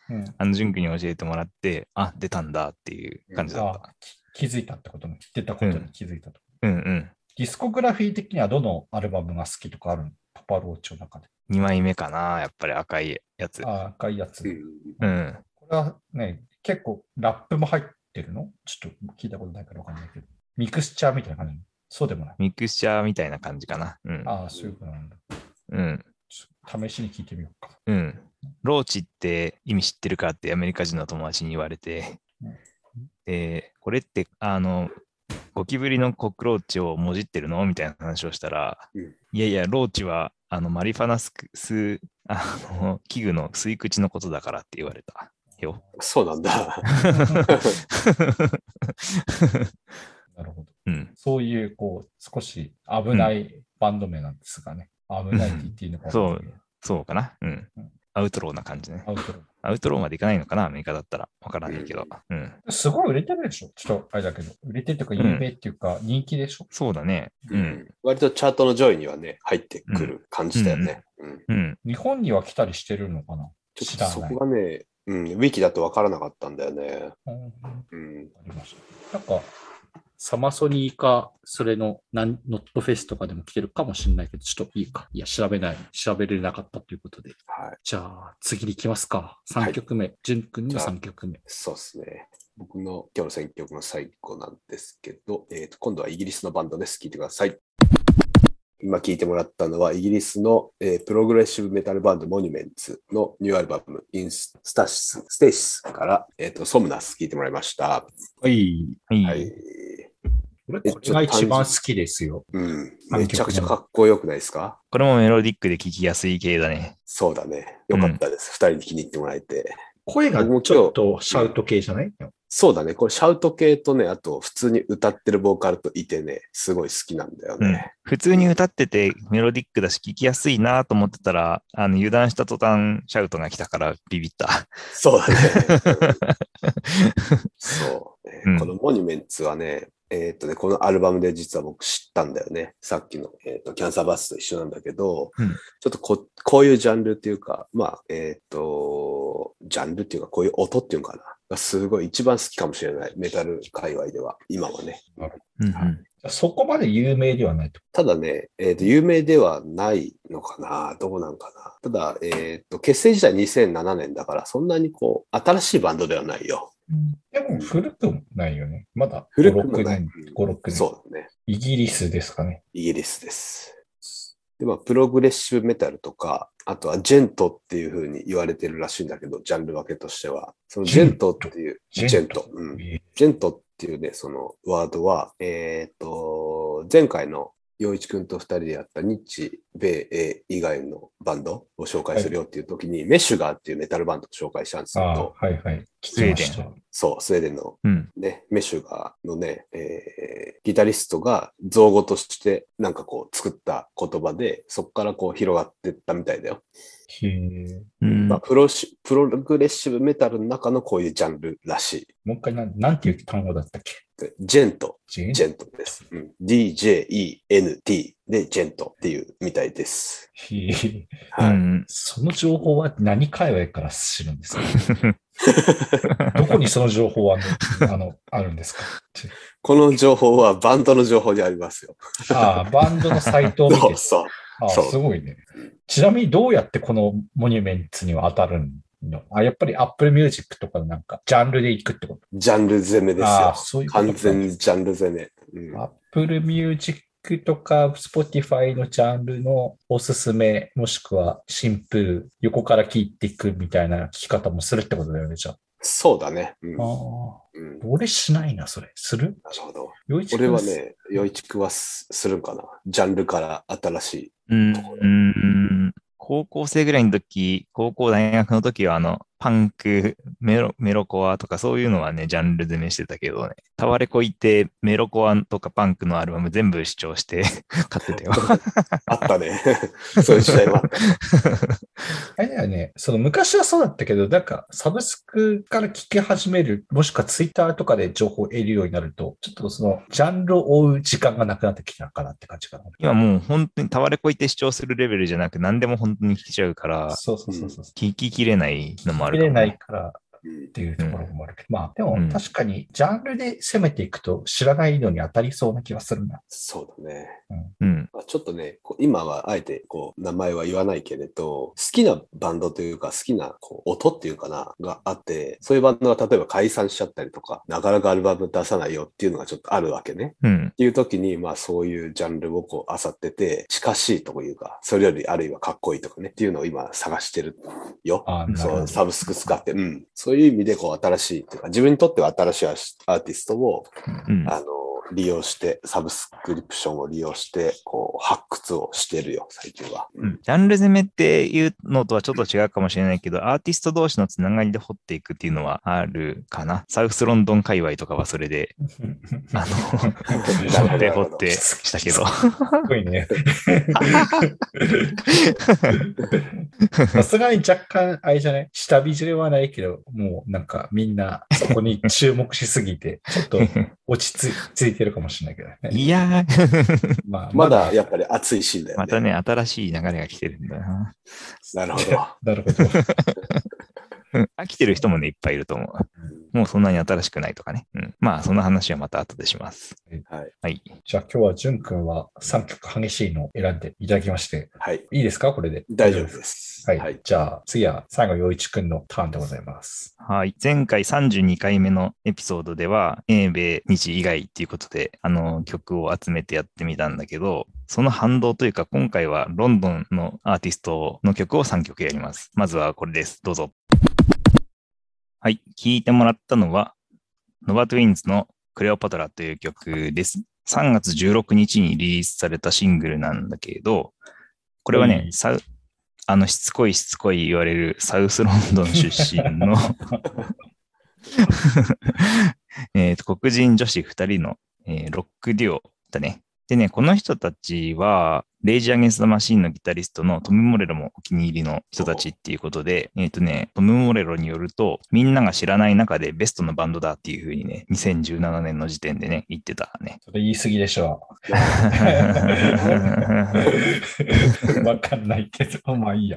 うん、 あの、ジュン君に教えてもらって、あ、出たんだっていう感じだった。 あ気づいたってことね。出たことに気づいたと、 うん。うんうん。 ディスコグラフィー的にはどのアルバムが好きとかあるの？パパローチの中で。 にまいめかな、やっぱり赤いやつ。 あ赤いやつ。 うんうん。 これはね、結構ラップも入ってるの？ちょっと聞いたことないからわかんないけど。ミクスチャーみたいな感じ？そうでもない。 ミクスチャーみたいな感じかな。うん。 ああ、そういうことなんだ。 うん。 試しに聞いてみようか。 うん。ローチって意味知ってるかってアメリカ人の友達に言われて、 うん、 で、これってあのゴキブリのコクローチをもじってるのみたいな話をしたら、 うん、 いやいや、ローチはあのマリファナススあの器具の吸い口のことだからって言われたよ。 そうなんだ。 なるほど。 うん、 そういう、こう、少し危ないバンド名なんですがね。危ないって言っていいのかそう、そうかな。うん。 うんアウトローな感じね。 アウトロー。 アウトローまでいかないのかな、アメリカだったら。わからないけど。うん。 すごい売れてるでしょ？ちょっとあれだけど。売れてるというか有名っていうか人気でしょ？ そうだね。ううんん。割とチャートの上位にはね、入ってくる感じだよね。うんうん。 日本には来たりしてるのかな？ ちょっ知らない。 とそこがね、うん、ウィキだと分からなかったんだよね。 うんうん。 ありました。なんか、サマソニーか、それのノットフェスとかでも来てるかもしれないけど、ちょっといいか。いや、調べない。調べれなかったということで。 はい。 じゃあ、次に行きますか。さんきょくめ。ジュン君のさんきょくめ。 そうですね。僕の今日の選曲の最後なんですけど、えーと、今度はイギリスのバンドです。聴いてください。今聴いてもらったのはイギリスの、えー、プログレッシブメタルバンドモニュメンツのニューアルバムインスタシス、ステイシスから、えーと、ソムナス聴いてもらいました。 はい。 はい。 これ、これが一番好きですよ。 うん。めちゃくちゃかっこよくないですか？ これもメロディックで聴きやすい系だね。 そうだね。よかったです。二、うん、人に気に入ってもらえて。 声がちょっとシャウト系じゃない？うん、 そうだね。これシャウト系とね、あと普通に歌ってるボーカルといてね、すごい好きなんだよね。うん、 普通に歌っててメロディックだし聴きやすいなと思ってたら、あの油断した途端シャウトが来たからビビった。 そうだね。そう、ねうん。このモニュメンツはね、えーっとね、このアルバムで実は僕知ったんだよね。さっきの、えーっとキャンサーバスと一緒なんだけど、 うん、 ちょっとここういうジャンルっていうか、まあ、えーっと、ジャンルっていうか、こういう音っていうのかな。すごい一番好きかもしれない。メタル界隈では、今はね。 うんうん、 そこまで有名ではないと。 ただね、えーっと、有名ではないのかな。どうなんかな。ただ、えーっと、結成自体にせんななねんだから、そんなにこう、新しいバンドではないよ。 でも古くもないよね。まだ古くもない。 ご、ろくねん。 そうだね。 イギリスですかね。 イギリスです。で、まあ、プログレッシブメタルとか、あとはジェントっていう風に言われてるらしいんだけど、ジャンル分けとしては。そのジェントっていう、ジェント。うん。ジェントっていうね、そのワードは、えっと、前回の陽一くんと二人でやった日米英以外のバンドを紹介するよっていう時に、はい、メッシュガーっていうメタルバンドを紹介したんですけど、 はいはい。スウェーデン。 そう、スウェーデンの、 うんね、メッシュガーのね、えー、ギタリストが造語としてなんかこう作った言葉で、そこからこう広がっていったみたいだよ。 へー、 うんまあ、プロシ、プログレッシブメタルの中のこういうジャンルらしい。 もう一回なん、なんていう単語だったっけ？ ジェント。 ジェン、 ジェントです。うん、ディージェーイーエヌティー でジェントっていうみたいです。 へー、 はい、 うん、 その情報は何界隈から知るんですか？どこにその情報は、ね、あの、あるんですか？ この情報はバンドの情報にありますよ。 ああ、バンドのサイトを見て。 そうそう。 ああ、すごいね。ちなみにどうやってこのモニュメンツには当たるの？あ、やっぱり Apple Music とかなんかジャンルで行くってこと？ ジャンル攻めですよ。 ああ、そういうこと。 完全にジャンル攻め。 うん、Apple Music とか Spotify のジャンルのおすすめ、もしくはシンプル、横から聴いていくみたいな聴き方もするってことだよね、じゃあ。 そうだね。うん、 ああ、うん、俺しないな、それ。する？ なるほど。 俺はね、陽一くんはするんかな。ジャンルから新しいところ。 うん、高校生ぐらいの時、高校大学の時はあの、パンク、メロ、メロコアとかそういうのはね、ジャンル攻めしてたけどね。タワレコ行ってメロコアとかパンクのアルバム全部視聴して買ってたよ。 あったね。そういう時代もあった。 あれだよね。その昔はそうだったけど、なんかサブスクから聞き始める、もしくはツイッターとかで情報を得るようになると、ちょっとそのジャンルを追う時間がなくなってきたかなって感じかな。 今もう本当にタワレコ行って視聴するレベルじゃなく何でも本当に聞けちゃうから、 そうそうそうそう。 聞ききれないのもある。 あるかも、ね。 見れないからっていうところもあるけど、うん、まあでも確かにジャンルで攻めていくと知らないのに当たりそうな気がするな。 そうだね。 うん。 まあ、ちょっとね、こう今はあえてこう名前は言わないけれど、好きなバンドというか好きなこう音っていうかな、があって、そういうバンドが例えば解散しちゃったりとか、なかなかアルバム出さないよっていうのがちょっとあるわけね。 うん。 っていう時に、まあそういうジャンルをこう漁ってて、近しいというか、それよりあるいはかっこいいとかね、っていうのを今探してるよ。 あそう、サブスク使って、うん。そういう意味でこう新しいっていうか、自分にとっては新しいアーティストを、 うん、 あの、利用して、サブスクリプションを利用して、こう、発掘をしてるよ、最近は。 うん。ジャンル攻めっていうのとはちょっと違うかもしれないけど、アーティスト同士のつながりで掘っていくっていうのはあるかな。サウスロンドン界隈とかはそれで、あの、掘って掘ってしたけど。 すごいね。さすがに若干、あれじゃない下火じれはないけど、もうなんかみんなそこに注目しすぎて、ちょっと落ち着いてるかもしれないけどね。 いやーまあ、まだやっぱり熱いシーンだよね。 またね、新しい流れが来てるんだな。 なるほど。 なるほど。 飽きてる人もね、いっぱいいると思う。もうそんなに新しくないとかね。うん。まあ、その話はまた後でします。 はい。 はい。 じゃあ今日はじゅんくんはさんきょく激しいのを選んでいただきまして。 はい。 いいですかこれで。 大丈夫です。 はい。はい、じゃあ次は最後、陽一くんのターンでございます。 はい。前回さんじゅうにかいめのエピソードでは、英米日以外っていうことで、あの、曲を集めてやってみたんだけど、その反動というか、今回はロンドンのアーティストの曲をさんきょくやります。まずはこれです。どうぞ。はい。聴いてもらったのは、ノバトゥインズのクレオパトラという曲です。さんがつじゅうろくにちにリリースされたシングルなんだけど、これはね、サウあの、しつこいしつこい言われるサウスロンドン出身の、えと黒人女子ふたりの、えー、ロックデュオだね。でね、この人たちは、レイジ・アゲンスト・マシーンのギタリストのトム・モレロもお気に入りの人たちっていうことで、えっとね、トム・モレロによると、みんなが知らない中でベストのバンドだっていう風にね、にせんじゅうななねんの時点でね、言ってたね。 それ言い過ぎでしょ。わかんないけど、まあいいや。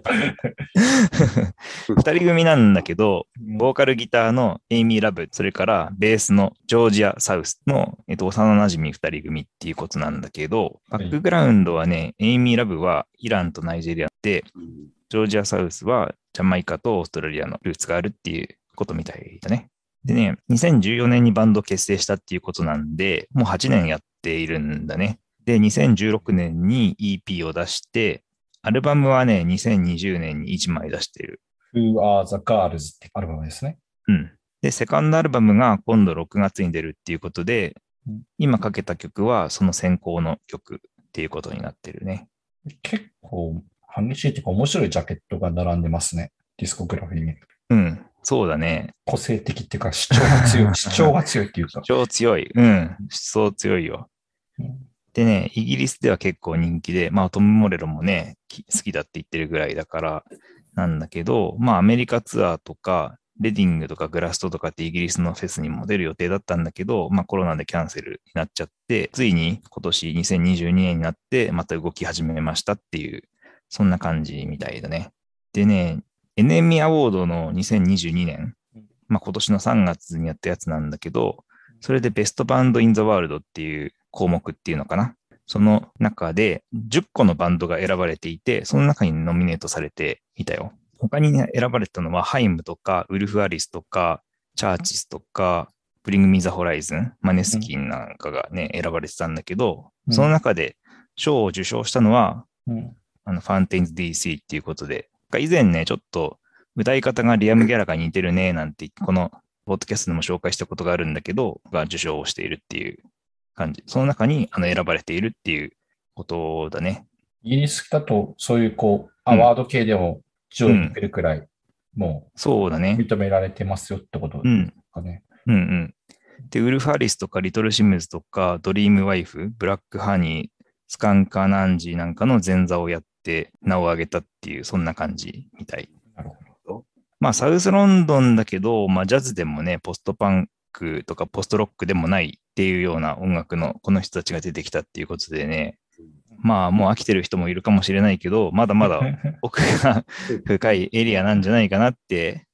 二人組なんだけど、ボーカルギターのエイミー・ラブ、それからベースのジョージア・サウスの、えっと、幼馴染二人組っていうことなんだけど、バックグラウンドはね、エイミー・ラブはイランとナイジェリアで、ジョージア・サウスはジャマイカとオーストラリアのルーツがあるっていうことみたいだね。でね、にせんじゅうよねんにバンドを結成したっていうことなんで、もうはちねんやっているんだね。で、にせんじゅうろくねんに イーピー を出して、アルバムはね、にせんにじゅうねんにいちまい出してる。 Who Are the Girls ってアルバムですね。 うん。で、セカンドアルバムが今度ろくがつに出るっていうことで、今かけた曲はその先行の曲っていうことになってるね。 結構激しいというか面白いジャケットが並んでますね。ディスコグラフィーに。 うん、そうだね。 個性的っていうか主張が強い。主張が強いっていうか。 主張強い。うん。主張強いよ。うん、でね、イギリスでは結構人気で、まあトム・モレロもね、好きだって言ってるぐらいだからなんだけど、まあアメリカツアーとか、レディングとかグラストとかってイギリスのフェスにも出る予定だったんだけど、まあコロナでキャンセルになっちゃって、ついに今年にせんにじゅうにねんになってまた動き始めましたっていう、そんな感じみたいだね。でね、エネミーアワードのにせんにじゅうにねん、まあ今年のさんがつにやったやつなんだけど、それでベストバンドインザワールドっていう項目っていうのかな。その中でじゅっこのバンドが選ばれていて、その中にノミネートされていたよ。他に、ね、選ばれたのはハイムとかウルフ・アリスとかチャーチスとかブリング・ミ・ザ・ホライズン、マネスキンなんかがね、選ばれてたんだけど、うん、その中で賞を受賞したのは、うん、あのファンテインズ ディーシー っていうことで、以前ね、ちょっと歌い方がリアム・ギャラが似てるねなんて、このポッドキャストでも紹介したことがあるんだけど、が受賞をしているっていう感じ。その中にあの選ばれているっていうことだね。 イギリスだとそういうこう、アワード系でも、うん上位に来るくらい、もう、そうだね。認められてますよってことですかね。 うん、うんうんで、ウルフ・ハリスとかリトル・シムズとか、ドリーム・ワイフ、ブラック・ハニー、スカンカ・ナンジーなんかの前座をやって名を挙げたっていう、そんな感じみたい。 なるほど。 まあ、サウスロンドンだけど、まあ、ジャズでもね、ポストパンクとかポストロックでもないっていうような音楽のこの人たちが出てきたっていうことでね、まあもう飽きてる人もいるかもしれないけど、まだまだ奥が深いエリアなんじゃないかなって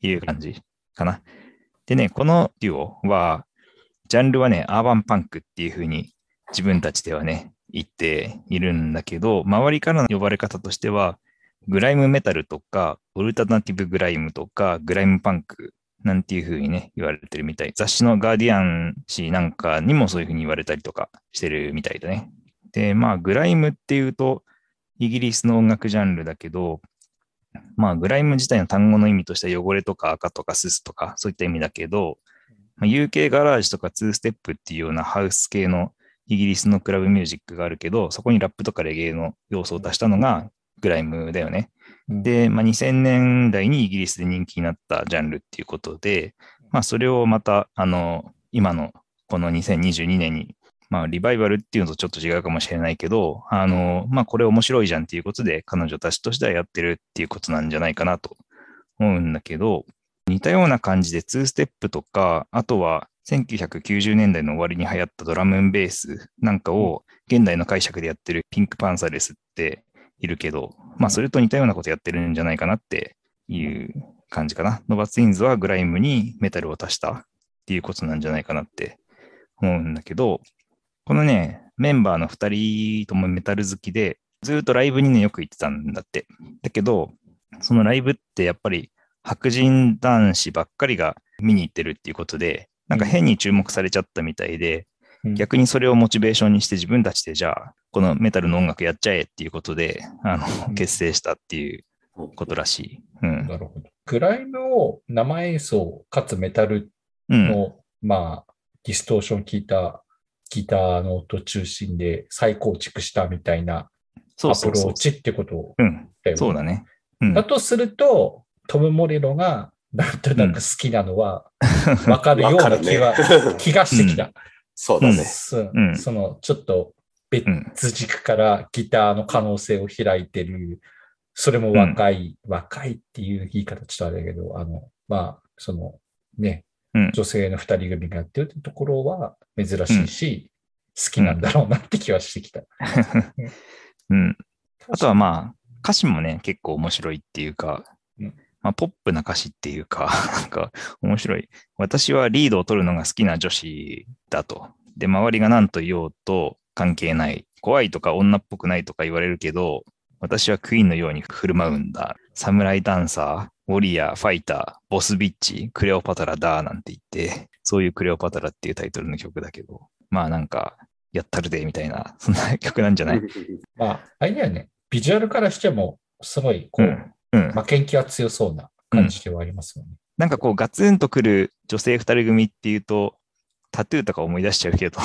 いう感じかな。でね、このデュオは、ジャンルはね、アーバンパンクっていう風に自分たちではね、言っているんだけど、周りからの呼ばれ方としては、グライムメタルとか、オルタナティブグライムとか、グライムパンクなんていう風にね、言われてるみたい。雑誌のガーディアン誌なんかにもそういう風に言われたりとかしてるみたいだね。で、まあ、グライムっていうと、イギリスの音楽ジャンルだけど、まあ、グライム自体の単語の意味としては汚れとか赤とかススとかそういった意味だけど、まあ、ユーケー ガラージとかツーステップっていうようなハウス系のイギリスのクラブミュージックがあるけど、そこにラップとかレゲエの要素を足したのがグライムだよね。で、まあ、にせんねんだいにイギリスで人気になったジャンルっていうことで、まあ、それをまた、あの、今のこのにせんにじゅうにねんに、まあ、リバイバルっていうのとちょっと違うかもしれないけど、あの、まあ、これ面白いじゃんっていうことで、彼女たちとしてはやってるっていうことなんじゃないかなと思うんだけど、似たような感じでツーステップとか、あとはせんきゅうひゃくきゅうじゅうねんだいの終わりに流行ったドラムンベースなんかを現代の解釈でやってるピンクパンサレスっているけど、まあそれと似たようなことやってるんじゃないかなっていう感じかな。ノバツインズはグライムにメタルを足したっていうことなんじゃないかなって思うんだけど、このね、メンバーのふたりともメタル好きで、ずっとライブにね、よく行ってたんだって。だけど、そのライブってやっぱり白人男子ばっかりが見に行ってるっていうことで、なんか変に注目されちゃったみたいで、うん、逆にそれをモチベーションにして自分たちでじゃあ、このメタルの音楽やっちゃえっていうことで、あの、うん、結成したっていうことらしい。うん、 なるほど。グライムを生演奏かつメタルの、うん、まあ、ディストーション聞いたギターの音中心で再構築したみたいなアプローチってことだよね。 うん、そうだね。 うん、だとすると、トム・モレロがなんとなく好きなのは分かるような気は、ね、気がしてきた。うん、 そうだね、 うん。そのちょっと別軸からギターの可能性を開いてる、それも若い、うん、若いっていう言い方ちょっとあれだけど、あの、まあ、そのね、うん、女性の二人組がやってるってところは珍しいし、うん、好きなんだろうなって気はしてきた。 うん。あとはまあ、歌詞もね、結構面白いっていうか、うん、まあ、ポップな歌詞っていうか、なんか面白い。私はリードを取るのが好きな女子だと。で、周りが何と言おうと関係ない。怖いとか女っぽくないとか言われるけど、私はクイーンのように振る舞うんだ。サムライダンサー、ウォリアー、ファイター、ボスビッチ、クレオパトラだなんて言って、そういうクレオパトラっていうタイトルの曲だけど、まあなんか、やったるでみたいな、そんな曲なんじゃない？ まあ、あれだよね。ビジュアルからしても、すごい、こう、うんうん、負けん気は強そうな感じではありますよね。うん、 なんかこう、ガツンとくる女性二人組っていうと、タトゥーとか思い出しちゃうけど。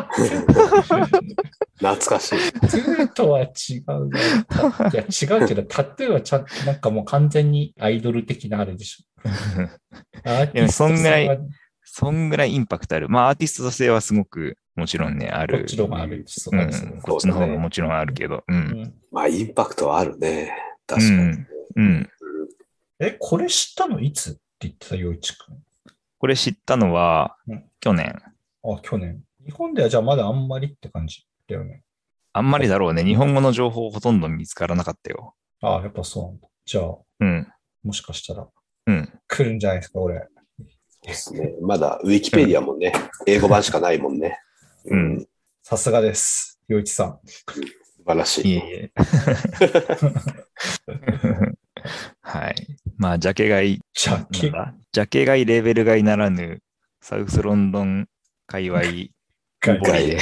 懐かしい。 タトゥーとは違うね。いや、違うけど、タトゥーはちゃんとなんかもう完全にアイドル的なあれでしょ。アーティストそんぐらい、そんぐらいインパクトある。まあ、アーティスト性はすごくもちろんね、ある。 こっちの方がある。 うん、こっちの方がもちろんあるけど。うんうん、 まあ、インパクトはあるね。確かに。うんうん、 え、これ知ったのいつって言ってた、陽一君。 これ知ったのは、うん、去年。 あ、去年。日本ではじゃあまだあんまりって感じだよね。 あんまりだろうね。日本語の情報ほとんど見つからなかったよ。 ああ、やっぱそうなんだ。じゃあ、 うん、 もしかしたら、 うん、 来るんじゃないですか、俺。 ですね。まだウィキペディアもね、うん、英語版しかないもんね。 うん。 さすがです。陽一さん。 素晴らしい。 いえいえ。はい。まあ、ジャケ買い。 ジャケジャケ買い、レーベル買いならぬ、サウスロンドン界隈ボリで。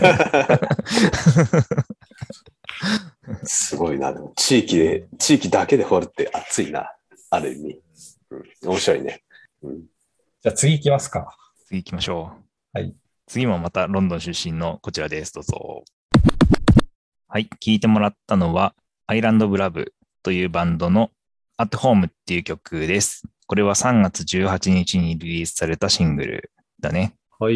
すごいな。でも地域で、地域だけで掘るって熱いな。ある意味。うん、面白いね。うん、 じゃあ次行きますか。 次行きましょう。 はい。 次もまたロンドン出身のこちらです。どうぞ。はい。聴いてもらったのは、アイランド・オブ・ラブというバンドの At Home っていう曲です。これはさんがつじゅうはちにちにリリースされたシングルだね。 はい。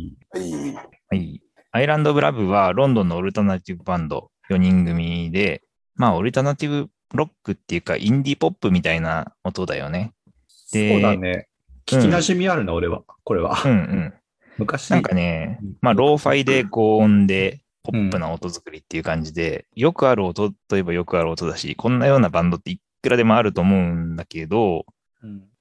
はい。 はい。アイランド・オブ・ラブはロンドンのオルタナティブバンドよにん組で、まあ、オルタナティブロックっていうか、インディーポップみたいな音だよね。 でそうだね。聞き馴染みあるな、うん、俺は。これは。 うんうん。 昔。 なんかね、まあ、ローファイで高音で、ポップな音作りっていう感じで、うん、よくある音といえばよくある音だし、こんなようなバンドっていくらでもあると思うんだけど、うん、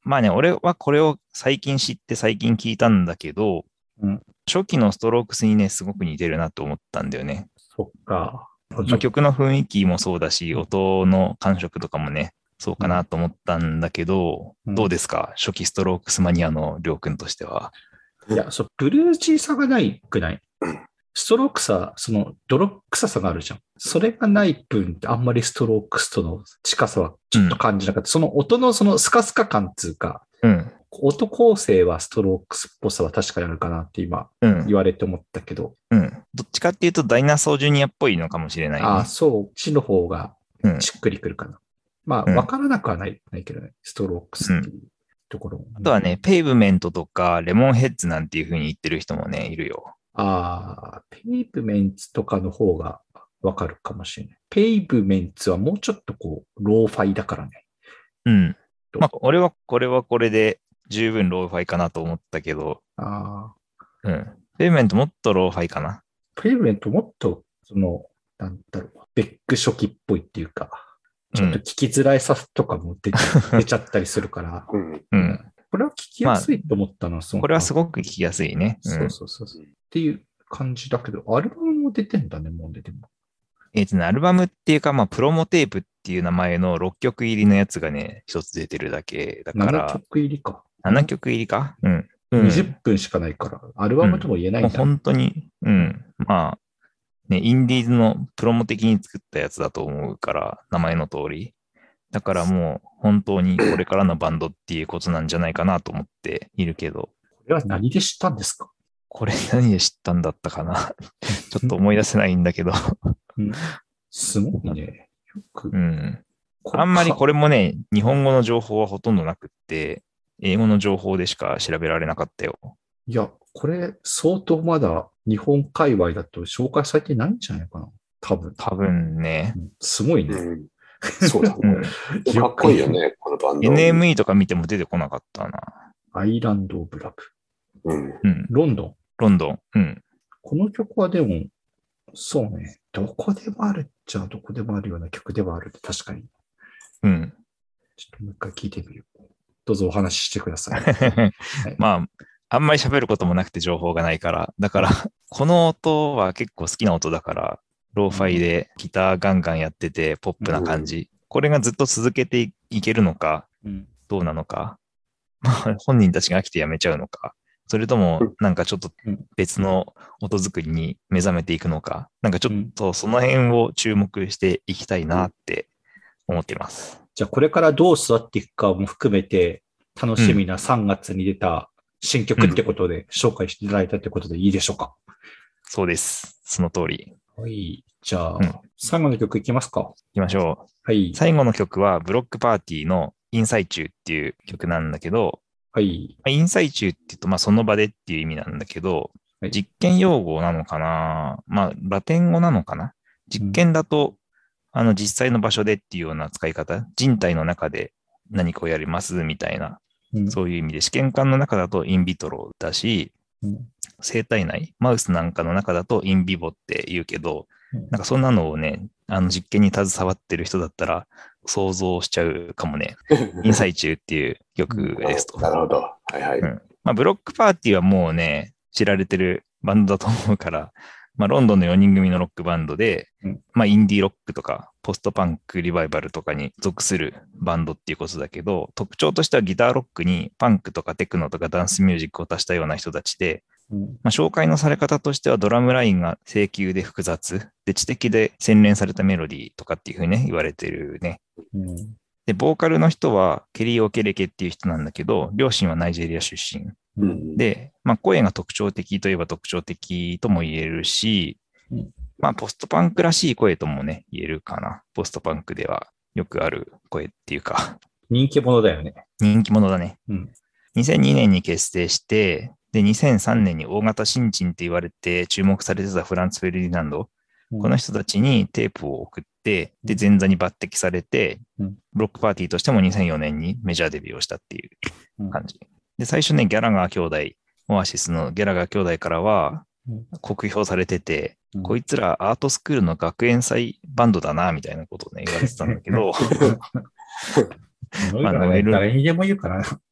まあね、俺はこれを最近知って最近聞いたんだけど、 うん、 初期のストロークスにね、すごく似てるなと思ったんだよね。 そっか。 まあ、曲の雰囲気もそうだし、音の感触とかもね、そうかなと思ったんだけど、 うん、 どうですか初期ストロークスマニアのりょうくんとしては。 いや、そう、ブルージーさがないくない。ストロークさ、その泥臭さがあるじゃん。それがない分、あんまりストロークスとの近さはちょっと感じなかった。うん、その音のそのスカスカ感っていうか、 うん、 音構成はストロークスっぽさは確かにあるかなって今言われて思ったけど。 うん。うん、どっちかっていうとダイナソージュニアっぽいのかもしれない、ね。 ああ、そう。ちの方がしっくりくるかな。うん、まあ、わからなくはない、ないけどね。ストロークスっていうところ、ねうん。あとはね、ペイブメントとかレモンヘッズなんていう風に言ってる人もね、いるよ。 ああ、ペイブメンツとかの方がわかるかもしれない。ペイブメンツはもうちょっとこう、ローファイだからね。 うん。まあ、俺はこれはこれで十分ローファイかなと思ったけど。 ああ。 うん。ペイブメントもっとローファイかな。 ペイブメントもっと、その、なんだろう、ベック初期っぽいっていうか、ちょっと聞きづらいさとかも出ちゃ、うん、出ちゃったりするから。 うん。うんこれは聞きやすいと思ったのは、 まあ、これはすごく聞きやすいね。 うん、そうそうそうそう。っていう感じだけど、アルバムも出てんだね、もう出ても。 えっとね、アルバムっていうか、まあ、プロモテープっていう名前のろっきょく入りのやつがね、一つ出てるだけだから。 ななきょく入りか。 ななきょく入りかうん。うん、 にじゅっぷんしかないから、アルバムとも言えないんだ、 うん、もう本当に、うん。まあ、ね、インディーズのプロモ的に作ったやつだと思うから、名前の通り。だからもう本当にこれからのバンドっていうことなんじゃないかなと思っているけど。 これは何で知ったんですか？ これ何で知ったんだったかなちょっと思い出せないんだけどうん。すごいね。よく。 うん。あんまりこれもね、日本語の情報はほとんどなくって、英語の情報でしか調べられなかったよ。 いや、これ相当まだ日本界隈だと紹介されてないんじゃないかな。多分。 多分ね。 うん、すごいね。 うんそうだね。かっこいいよね、このバンド。 エヌエムイー とか見ても出てこなかったな。 アイランド・オブ・ラブ。うん。 ロンドン。 ロンドン。うん。 この曲はでも、そうね。どこでもあるっちゃどこでもあるような曲ではある。確かに。 うん。 ちょっともう一回聞いてみる。どうぞお話ししてください。はい、 まあ、あんまり喋ることもなくて情報がないから。だから、この音は結構好きな音だから、ローファイでギターガンガンやっててポップな感じ。うん、これがずっと続けていけるのか、うん、どうなのか。まあ、本人たちが飽きてやめちゃうのか。それとも、なんかちょっと別の音作りに目覚めていくのか。なんかちょっとその辺を注目していきたいなって思っています。 じゃあこれからどう育っていくかも含めて楽しみなさんがつに出た新曲ってことで紹介していただいたってことでいいでしょうか？ うん、そうです。その通り。 はい。じゃあ、うん、最後の曲いきますか？ いきましょう。 はい。 最後の曲はブロックパーティーのインサイチューっていう曲なんだけど、 はい。 インサイチューって言うと、まあその場でっていう意味なんだけど、はい、実験用語なのかな、まあラテン語なのかな、実験だと、うん、あの実際の場所でっていうような使い方、人体の中で何かをやりますみたいな、うん、そういう意味で、試験管の中だとインビトロだし、うん生体内、マウスなんかの中だとインビボって言うけど、なんかそんなのをね、あの実験に携わってる人だったら想像しちゃうかもね。インサイチューっていう曲ですと。 なるほど。はいはい。 うんまあ、ブロックパーティーはもうね、知られてるバンドだと思うから、まあ、ロンドンのよにん組のロックバンドで、うん、まあ、インディーロックとか、ポストパンクリバイバルとかに属するバンドっていうことだけど、特徴としてはギターロックにパンクとかテクノとかダンスミュージックを足したような人たちで、うんまあ、紹介のされ方としてはドラムラインが請求で複雑で知的で洗練されたメロディーとかっていうふうにね言われてるね、うん、でボーカルの人はケリー・オケレケっていう人なんだけど両親はナイジェリア出身、うん、で、まあ、声が特徴的といえば特徴的とも言えるし、うんまあ、ポストパンクらしい声ともね言えるかな。ポストパンクではよくある声っていうか人気者だよね。 人気者だね、 うん、 にせんにねんに結成してで、にせんさんねんに大型新人って言われて注目されてたフランツ・フェルディナンド、うん、この人たちにテープを送って、で、前座に抜擢されて、うん、ブロックパーティーとしてもにせんよねんにメジャーデビューをしたっていう感じ。うん、で、最初ね、ギャラガー兄弟、オアシスのギャラガー兄弟からは、酷評されてて、うん、こいつらアートスクールの学園祭バンドだな、みたいなことをね、言われてたんだけど、 まあ、誰にでも言うかな。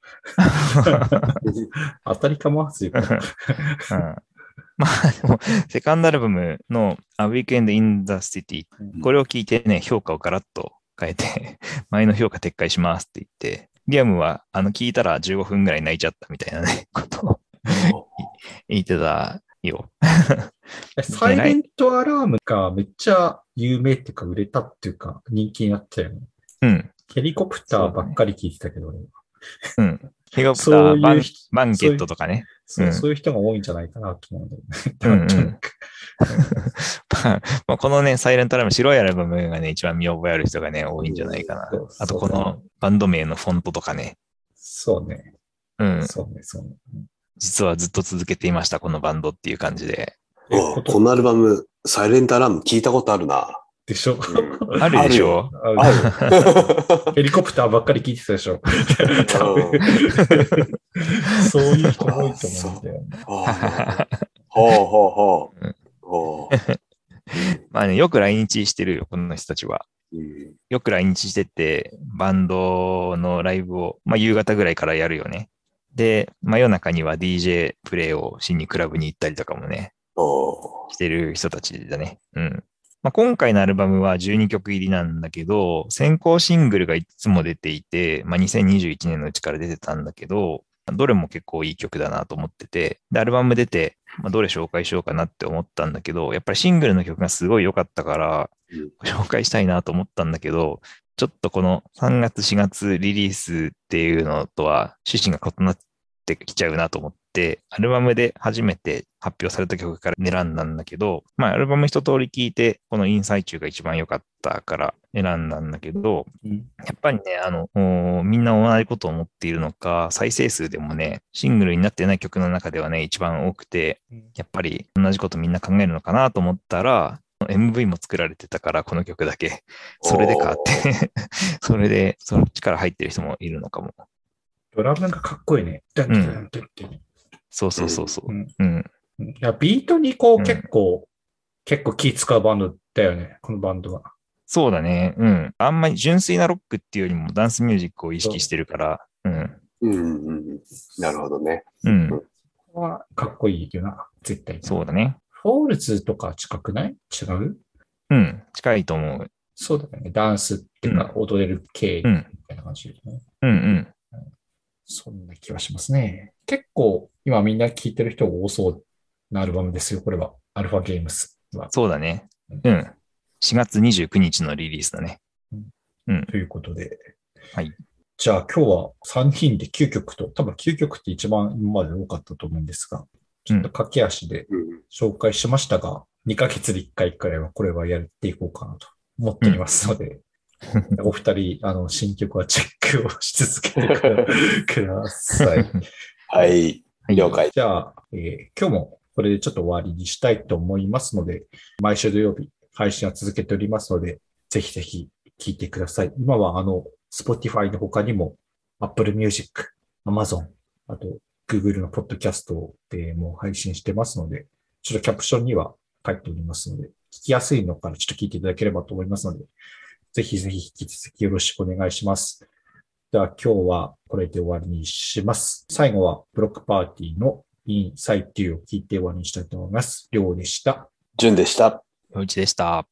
当たりかもずいぶん。 うんまあでも、セカンドアルバムの A Weekend in the City、これを聞いてね、評価をガラッと変えて、前の評価撤回しますって言って、リアムはあの聞いたらじゅうごふんぐらい泣いちゃったみたいなね、ことを言ってたよ。 サイレントアラームがめっちゃ有名っていうか売れたっていうか人気になったよね。 うん。 ヘリコプターばっかり聞いてたけど、ね、 うん。ヘリコプターバン、バンケットとかね。 そう、うん、そういう人が多いんじゃないかなと思うんだよね。うんうんまあ、このね、サイレントアラーム、白いアルバムがね、一番見覚えある人がね、多いんじゃないかな。あと、このバンド名のフォントとかね。 そうね。 うん。 そうね、そうね。 実はずっと続けていました、このバンドっていう感じで。 おこのアルバム、サイレントアラーム聞いたことあるな。 でしょ、 うん、あるでしょあるヘリコプターばっかり聞いてたでしょそういう人多いと思うんだよね。 ほうほうほう。ほうまあね、よく来日してるよ、この人たちは。うん、よく来日してて、バンドのライブを、まあ、夕方ぐらいからやるよね。で、真夜中には ディージェー プレイをしにクラブに行ったりとかもね、してる人たちだね。うん。まあ、今回のアルバムはじゅうにきょく入りなんだけど、先行シングルがいつも出ていて、まあ、にせんにじゅういちねんのうちから出てたんだけど、どれも結構いい曲だなと思ってて、で、アルバム出て、まあ、どれ紹介しようかなって思ったんだけど、やっぱりシングルの曲がすごい良かったから、紹介したいなと思ったんだけど、ちょっとこのさんがつ、しがつリリースっていうのとは趣旨が異なってきちゃうなと思って、アルバムで初めて発表された曲から選んだんだけど、まあアルバム一通り聴いて、このインサイチューが一番良かったから選んだんだけど、うん、やっぱりね、あの、みんな同じことを思っているのか、再生数でもね、シングルになってない曲の中ではね、一番多くて、やっぱり同じことみんな考えるのかなと思ったら、エムブイ も作られてたから、この曲だけ。それでかって。それで、その力入ってる人もいるのかも。 ドラムがかっこいいね。 うん、そうそうそうそう。うんうん、 いやビートにこう、うん、結構、結構気使うバンドだよね、このバンドは。 そうだね。うん。あんまり純粋なロックっていうよりもダンスミュージックを意識してるから。うん。 うんうんうん。なるほどね。 うん。 ここはかっこいいよな、絶対。 そうだね。 フォールズとか近くない？違う？ うん、近いと思う。 そうだよね。ダンスっていうか、踊れる系みたいな感じでね。 うんうん。 そんな気はしますね。結構、今みんな聴いてる人が多そうなアルバムですよ、これは。アルファゲームスは。 そうだね。うん。しがつにじゅうくにちのリリースだね。 うん。ということで。 はい。 じゃあ今日はさんにんできゅうきょくと、多分きゅうきょくって一番今まで多かったと思うんですが、ちょっと駆け足で紹介しましたが、うん、にかげつでいっかいくらいはこれはやっていこうかなと思っておりますので、うん、お二人、あの、新曲はチェックをし続けてください。 はい、了解。 じゃあ、えー、今日もこれでちょっと終わりにしたいと思いますので、毎週土曜日配信は続けておりますので、ぜひぜひ聞いてください。今はあの、Spotify の他にも Apple Music、Amazon、あと Google のポッドキャストでも配信してますので、ちょっとキャプションには書いておりますので、聞きやすいのからちょっと聞いていただければと思いますので、ぜひぜひ引き続きよろしくお願いします。では今日はこれで終わりにします。最後はブロックパーティーのインサイトを聞いて終わりにしたいと思います。りょうでした。 じゅんでした。 よいちでした。